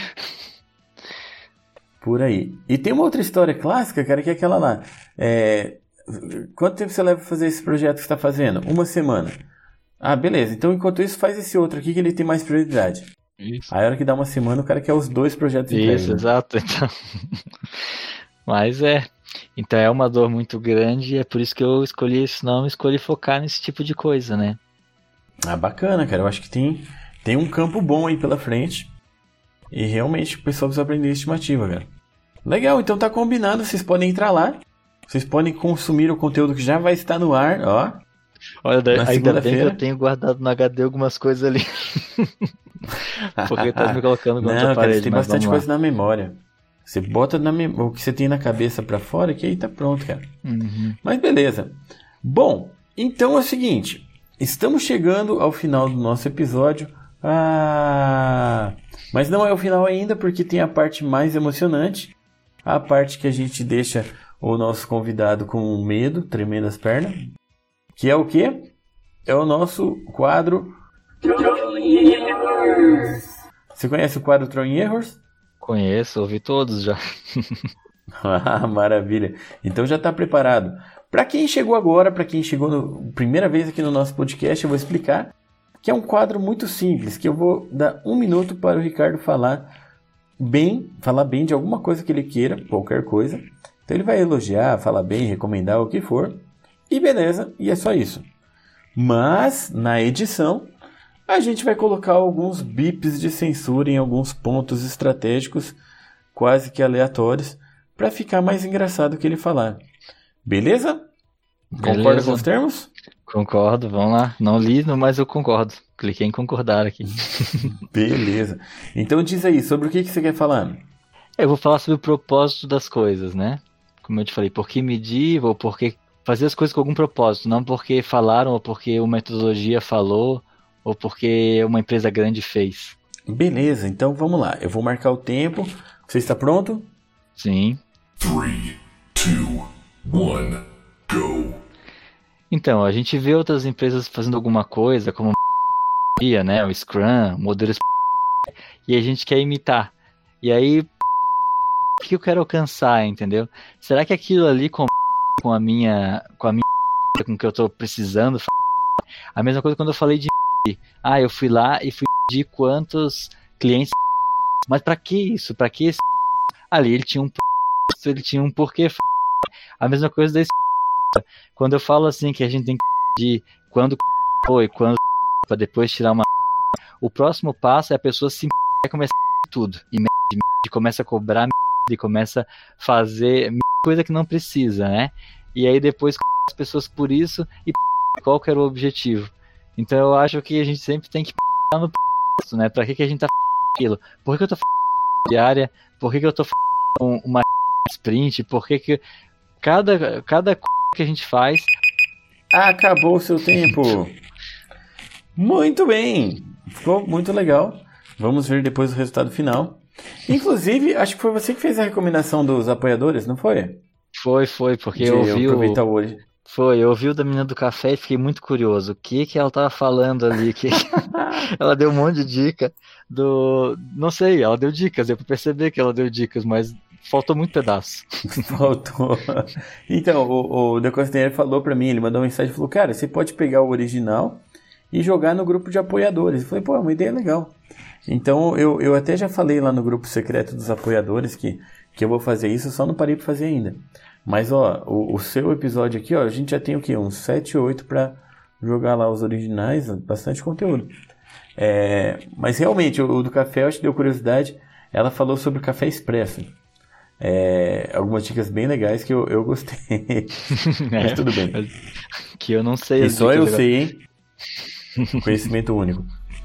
Por aí. E tem uma outra história clássica, cara, que é aquela lá. Quanto tempo você leva pra fazer esse projeto que você está fazendo? 1 semana. Ah, beleza. Então, enquanto isso, faz esse outro aqui que ele tem mais prioridade. Isso. Aí, a hora que dá 1 semana, o cara quer os 2 projetos entregues. Isso, exato. Então... Mas Então é uma dor muito grande e é por isso que eu escolhi esse nome, escolhi focar nesse tipo de coisa, né? Ah, bacana, cara. Eu acho que tem um campo bom aí pela frente. E realmente o pessoal precisa aprender estimativa, cara. Legal, então tá combinado. Vocês podem entrar lá. Vocês podem consumir o conteúdo que já vai estar no ar, ó. Olha, ainda bem que eu tenho guardado no HD algumas coisas ali. Porque tá me colocando contra a parede. Cara, tem bastante coisa na memória. Você bota o que você tem na cabeça pra fora, que aí tá pronto, cara. Uhum. Mas beleza. Bom, então é o seguinte. Estamos chegando ao final do nosso episódio. Mas não é o final ainda, porque tem a parte mais emocionante. A parte que a gente deixa o nosso convidado com medo, tremendo as pernas. Que é o quê? É o nosso quadro... Você conhece o quadro Throwing Errors? Conheço, ouvi todos já. Maravilha. Então já está preparado. Para quem chegou agora, para quem chegou primeira vez aqui no nosso podcast, eu vou explicar que é um quadro muito simples, que eu vou dar 1 minuto para o Ricardo falar bem de alguma coisa que ele queira, qualquer coisa. Então ele vai elogiar, falar bem, recomendar o que for. E beleza, e é só isso. Mas, na edição, a gente vai colocar alguns bips de censura em alguns pontos estratégicos, quase que aleatórios, para ficar mais engraçado o que ele falar. Beleza? Concorda com os termos? Concordo, vamos lá. Não li, mas eu concordo. Cliquei em concordar aqui. Beleza. Então diz aí, sobre o que você quer falar? Eu vou falar sobre o propósito das coisas, né? Como eu te falei, por que medir ou por que fazer as coisas com algum propósito, não porque falaram ou porque uma metodologia falou ou porque uma empresa grande fez. Beleza, então vamos lá. Eu vou marcar o tempo. Você está pronto? Sim. 3, 2, 1, go! Então, a gente vê outras empresas fazendo alguma coisa, como né, o Scrum, modelos e a gente quer imitar. E aí, o que eu quero alcançar, entendeu? Será que aquilo ali com a minha com o que eu tô precisando? A mesma coisa quando eu falei de eu fui lá e fui medir quantos clientes. Mas pra que isso? Pra que esse ali? Ele tinha um porquê. A mesma coisa desse. Quando eu falo assim que a gente tem que medir quando foi, quando para depois tirar uma. O próximo passo é a pessoa se começar tudo e começa a cobrar e começa a fazer coisa que não precisa, né? E aí depois as pessoas por isso e qual que era o objetivo. Então eu acho que a gente sempre tem que pensar no né? Pra que a gente tá aquilo? Por que eu tô diária? Por que eu tô uma sprint? Por que cada coisa que a gente faz acabou o seu tempo. Muito bem. Ficou muito legal. Vamos ver depois o resultado final. Inclusive, acho que foi você que fez a recomendação dos apoiadores, não foi? Foi, porque eu ouvi aproveitar hoje. Eu ouvi o da menina do café e fiquei muito curioso. O que ela tava falando ali? Ela deu um monte de dica Não sei, ela deu dicas, eu percebi que ela deu dicas, mas faltou muito pedaço. Faltou. Então, o The Castanheira falou pra mim, ele mandou uma mensagem e falou, cara, você pode pegar o original e jogar no grupo de apoiadores. Eu falei, pô, é uma ideia legal. Então, eu até já falei lá no grupo secreto dos apoiadores que eu vou fazer isso, só não parei pra fazer ainda. Mas, ó, o seu episódio aqui, ó, a gente já tem o quê? Uns 7, 8 pra jogar lá os originais, bastante conteúdo. Mas realmente, o do café, eu acho que deu curiosidade. Ela falou sobre o café expresso. Algumas dicas bem legais que eu gostei. Mas tudo bem. Que eu não sei. E só eu sei, hein? Conhecimento único.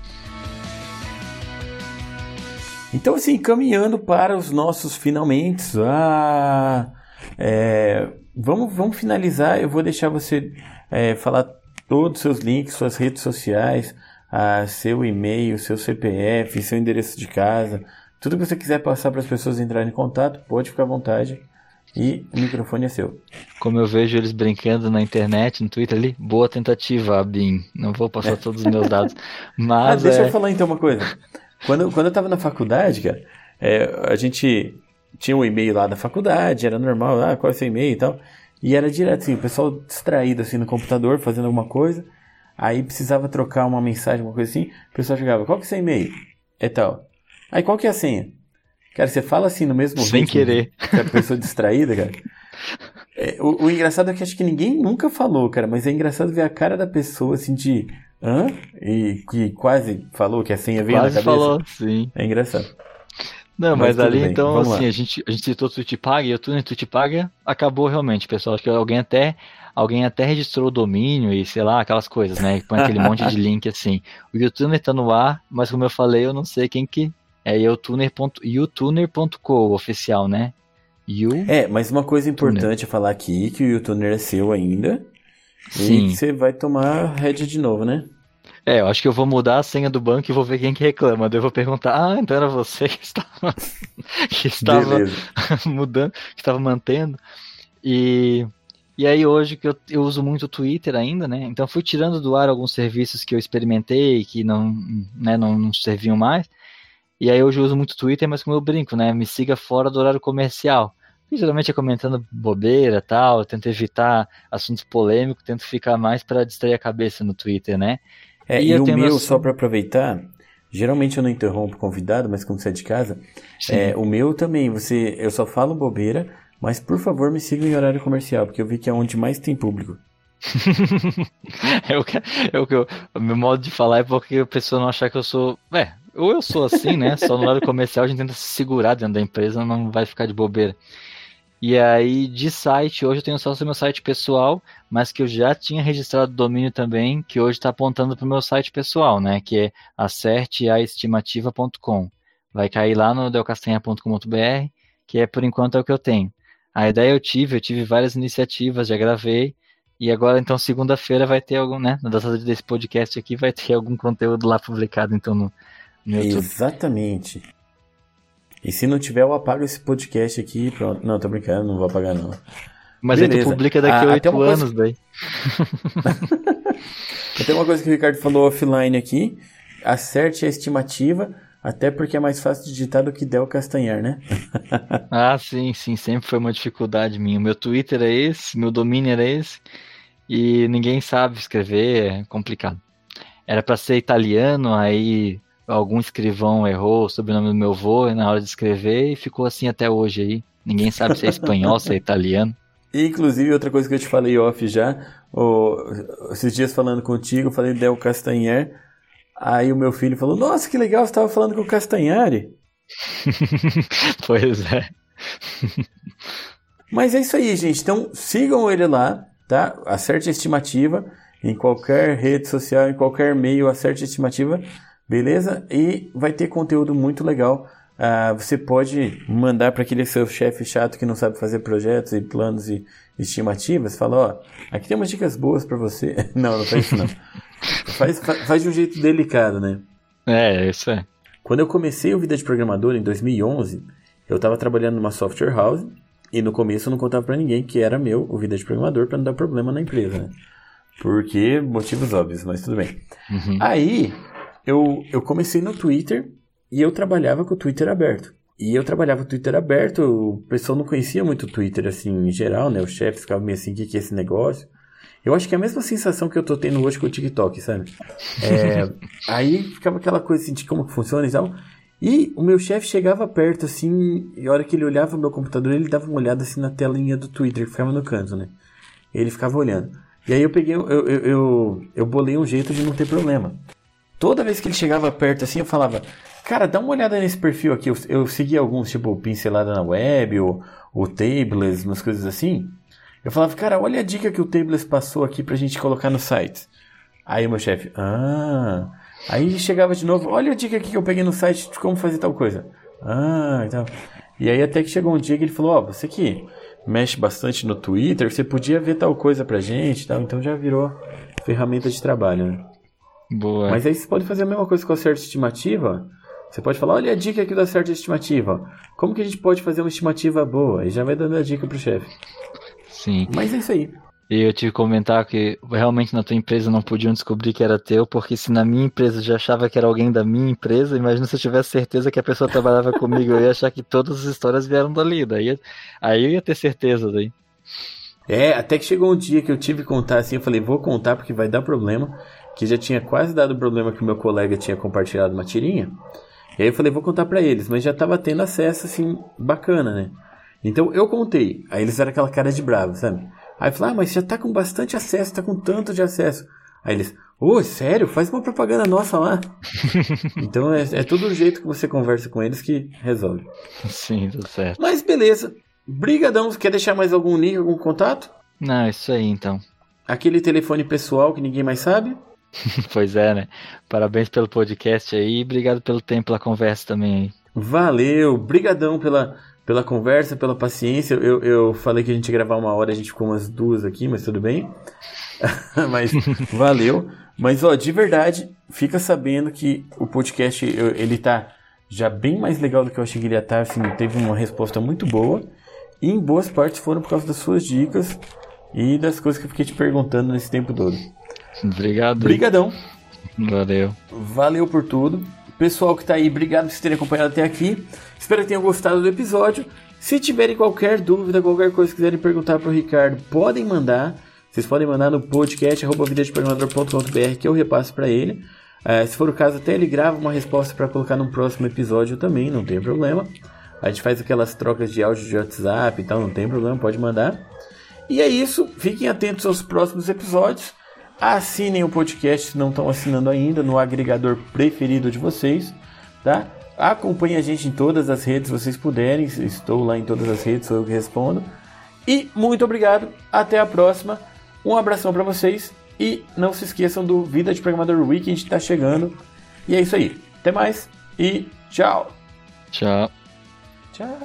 Então, assim, caminhando para os nossos finalmente. Vamos finalizar. Eu vou deixar você falar todos os seus links, suas redes sociais, seu e-mail, seu CPF, seu endereço de casa. Tudo que você quiser passar para as pessoas entrarem em contato, pode ficar à vontade. E o microfone é seu. Como eu vejo eles brincando na internet, no Twitter ali, boa tentativa, Abin. Não vou passar todos os meus dados. Mas deixa eu falar então uma coisa. Quando eu tava na faculdade, cara, a gente tinha um e-mail lá da faculdade, era normal, qual é o seu e-mail e tal. E era direto assim, o pessoal distraído assim no computador, fazendo alguma coisa. Aí precisava trocar uma mensagem, uma coisa assim. O pessoal chegava, qual que é o seu e-mail? É tal. Aí qual que é a senha? Cara, você fala assim no mesmo sem ritmo, querer. Que a pessoa distraída, cara. O engraçado é que acho que ninguém nunca falou, cara. Mas é engraçado ver a cara da pessoa assim de... Hã? E que quase falou que a senha veio na cabeça. Falou, sim. É engraçado. Não, mas ali bem. então, Vamos assim, lá. a gente citou o TweetPaga e o TweetPaga acabou realmente, pessoal. Acho que alguém até registrou o domínio e sei lá, aquelas coisas, né? Põe aquele monte de link assim. O YouTuner tá no ar, mas como eu falei, eu não sei quem que é. YouTuner.co, oficial, né? Mas uma coisa importante é falar aqui, que o YouTuner é seu ainda. Sim. E você vai tomar rédea de novo, né? Eu acho que eu vou mudar a senha do banco e vou ver quem que reclama. Daí eu vou perguntar, então era você que estava mudando, que estava mantendo. E aí hoje que eu uso muito o Twitter ainda, né? Então fui tirando do ar alguns serviços que eu experimentei que não serviam mais. E aí hoje eu uso muito o Twitter, mas como eu brinco, né? Me siga fora do horário comercial. E geralmente é comentando bobeira e tal, eu tento evitar assuntos polêmicos, tento ficar mais para distrair a cabeça no Twitter, né? E o meu, só para aproveitar, geralmente eu não interrompo o convidado, mas como você é de casa, o meu também, eu só falo bobeira, mas por favor me sigam em horário comercial, porque eu vi que é onde mais tem público. O meu modo de falar é porque a pessoa não achar que eu sou... ou eu sou assim, né? Só no horário comercial a gente tenta se segurar dentro da empresa, não vai ficar de bobeira. E aí, de site, hoje eu tenho só o meu site pessoal, mas que eu já tinha registrado o domínio também, que hoje está apontando para o meu site pessoal, né? Que é acerteaestimativa.com. Vai cair lá no delcastanha.com.br, que por enquanto é o que eu tenho. A ideia eu tive várias iniciativas, já gravei, e agora então segunda-feira vai ter algum, né? Na data desse podcast aqui vai ter algum conteúdo lá publicado então no YouTube. Exatamente. E se não tiver, eu apago esse podcast aqui. Pronto. Não, tô brincando, não vou apagar não. Mas aí tu publica daqui a 8 anos daí. Tem uma coisa que o Ricardo falou offline aqui. Acerte a estimativa, até porque é mais fácil de digitar do que Del Castanhar, né? Sim, sempre foi uma dificuldade minha. O meu Twitter é esse, meu domínio era esse, e ninguém sabe escrever, é complicado. Era para ser italiano, aí algum escrivão errou o sobrenome do meu avô na hora de escrever e ficou assim até hoje aí. Ninguém sabe se é espanhol, se é italiano. E, inclusive, outra coisa que eu te falei off já, esses dias falando contigo, eu falei Del Castanhar, aí o meu filho falou, nossa, que legal, você estava falando com o Castanhari. Pois é. Mas é isso aí, gente. Então, sigam ele lá, tá? Acerte a estimativa em qualquer rede social, em qualquer meio, acerte a estimativa. Beleza? E vai ter conteúdo muito legal você pode mandar para aquele seu chefe chato que não sabe fazer projetos e planos e estimativas. Fala, ó, aqui tem umas dicas boas para você. Não faz isso não. Faz de um jeito delicado, né? Isso é. Quando eu comecei o Vida de Programador em 2011, eu estava trabalhando numa software house e no começo eu não contava para ninguém que era meu o Vida de Programador para não dar problema na empresa, né? Porque motivos óbvios, mas tudo bem. Aí eu comecei no Twitter e eu trabalhava com o Twitter aberto. E eu trabalhava com o Twitter aberto, o pessoal não conhecia muito o Twitter assim em geral, né? Os chefes ficavam meio assim, o que é esse negócio? Eu acho que é a mesma sensação que eu tô tendo hoje com o TikTok, sabe? Aí ficava aquela coisa assim de como que funciona e tal. E o meu chefe chegava perto assim, e a hora que ele olhava o meu computador, ele dava uma olhada assim na telinha do Twitter, que ficava no canto, né? Ele ficava olhando. E aí eu peguei, eu bolei um jeito de não ter problema. Toda vez que ele chegava perto assim, eu falava, cara, dá uma olhada nesse perfil aqui. Eu seguia alguns, tipo, Pincelada na Web, ou Tables, umas coisas assim. Eu falava, cara, olha a dica que o Tables passou aqui pra gente colocar no site. Aí o meu chefe, Aí chegava de novo, olha a dica aqui que eu peguei no site de como fazer tal coisa. Então. E aí até que chegou um dia que ele falou, você que mexe bastante no Twitter, você podia ver tal coisa pra gente e tal. Então já virou ferramenta de trabalho, né? Boa. Mas aí você pode fazer a mesma coisa com a certa estimativa. Você pode falar, olha a dica aqui da certa estimativa. Como que a gente pode fazer uma estimativa boa? E já vai dando a dica pro chefe. Sim. Mas é isso aí. E eu tive que comentar que realmente na tua empresa não podiam descobrir que era teu, porque se na minha empresa já achava que era alguém da minha empresa, imagina se eu tivesse certeza que a pessoa trabalhava comigo, eu ia achar que todas as histórias vieram dali, aí eu ia ter certeza daí. Até que chegou um dia que eu tive que contar assim, eu falei, vou contar porque vai dar problema, que já tinha quase dado problema que o meu colega tinha compartilhado uma tirinha, e aí eu falei, vou contar pra eles, mas já tava tendo acesso assim, bacana, né? Então eu contei, aí eles eram aquela cara de bravo, sabe? Aí eu falei, mas já tá com bastante acesso, tá com tanto de acesso. Aí eles, sério? Faz uma propaganda nossa lá. Então é todo o jeito que você conversa com eles que resolve. Sim, tudo certo. Mas beleza. Brigadão, quer deixar mais algum link, algum contato? Não, isso aí então. Aquele telefone pessoal que ninguém mais sabe? Pois é, né? Parabéns pelo podcast aí e obrigado pelo tempo, pela conversa também aí. Valeu, brigadão pela conversa, pela paciência. Eu falei que a gente ia gravar 1 hora, a gente ficou umas 2 aqui, mas tudo bem. Mas valeu. Mas de verdade, fica sabendo que o podcast ele tá já bem mais legal do que eu achei que ele ia estar. Assim, teve uma resposta muito boa. E em boas partes foram por causa das suas dicas e das coisas que eu fiquei te perguntando nesse tempo todo. Obrigado. Brigadão. Valeu por tudo. Pessoal que tá aí, obrigado por vocês terem acompanhado até aqui. Espero que tenham gostado do episódio. Se tiverem qualquer dúvida, qualquer coisa que quiserem perguntar pro Ricardo, podem mandar. Vocês podem mandar no podcast@vidadeprogramador.com.br que eu repasso para ele. Se for o caso, até ele grava uma resposta para colocar num próximo episódio também, não tem problema. A gente faz aquelas trocas de áudio de WhatsApp e tal, não tem problema, pode mandar. E é isso, fiquem atentos aos próximos episódios. Assinem o podcast se não estão assinando ainda no agregador preferido de vocês, tá? Acompanhe a gente em todas as redes, se vocês puderem. Estou lá em todas as redes, sou eu que respondo. E muito obrigado, até a próxima. Um abração para vocês e não se esqueçam do Vida de Programador Weekend que está chegando. E é isso aí. Até mais e tchau. Tchau. Tchau.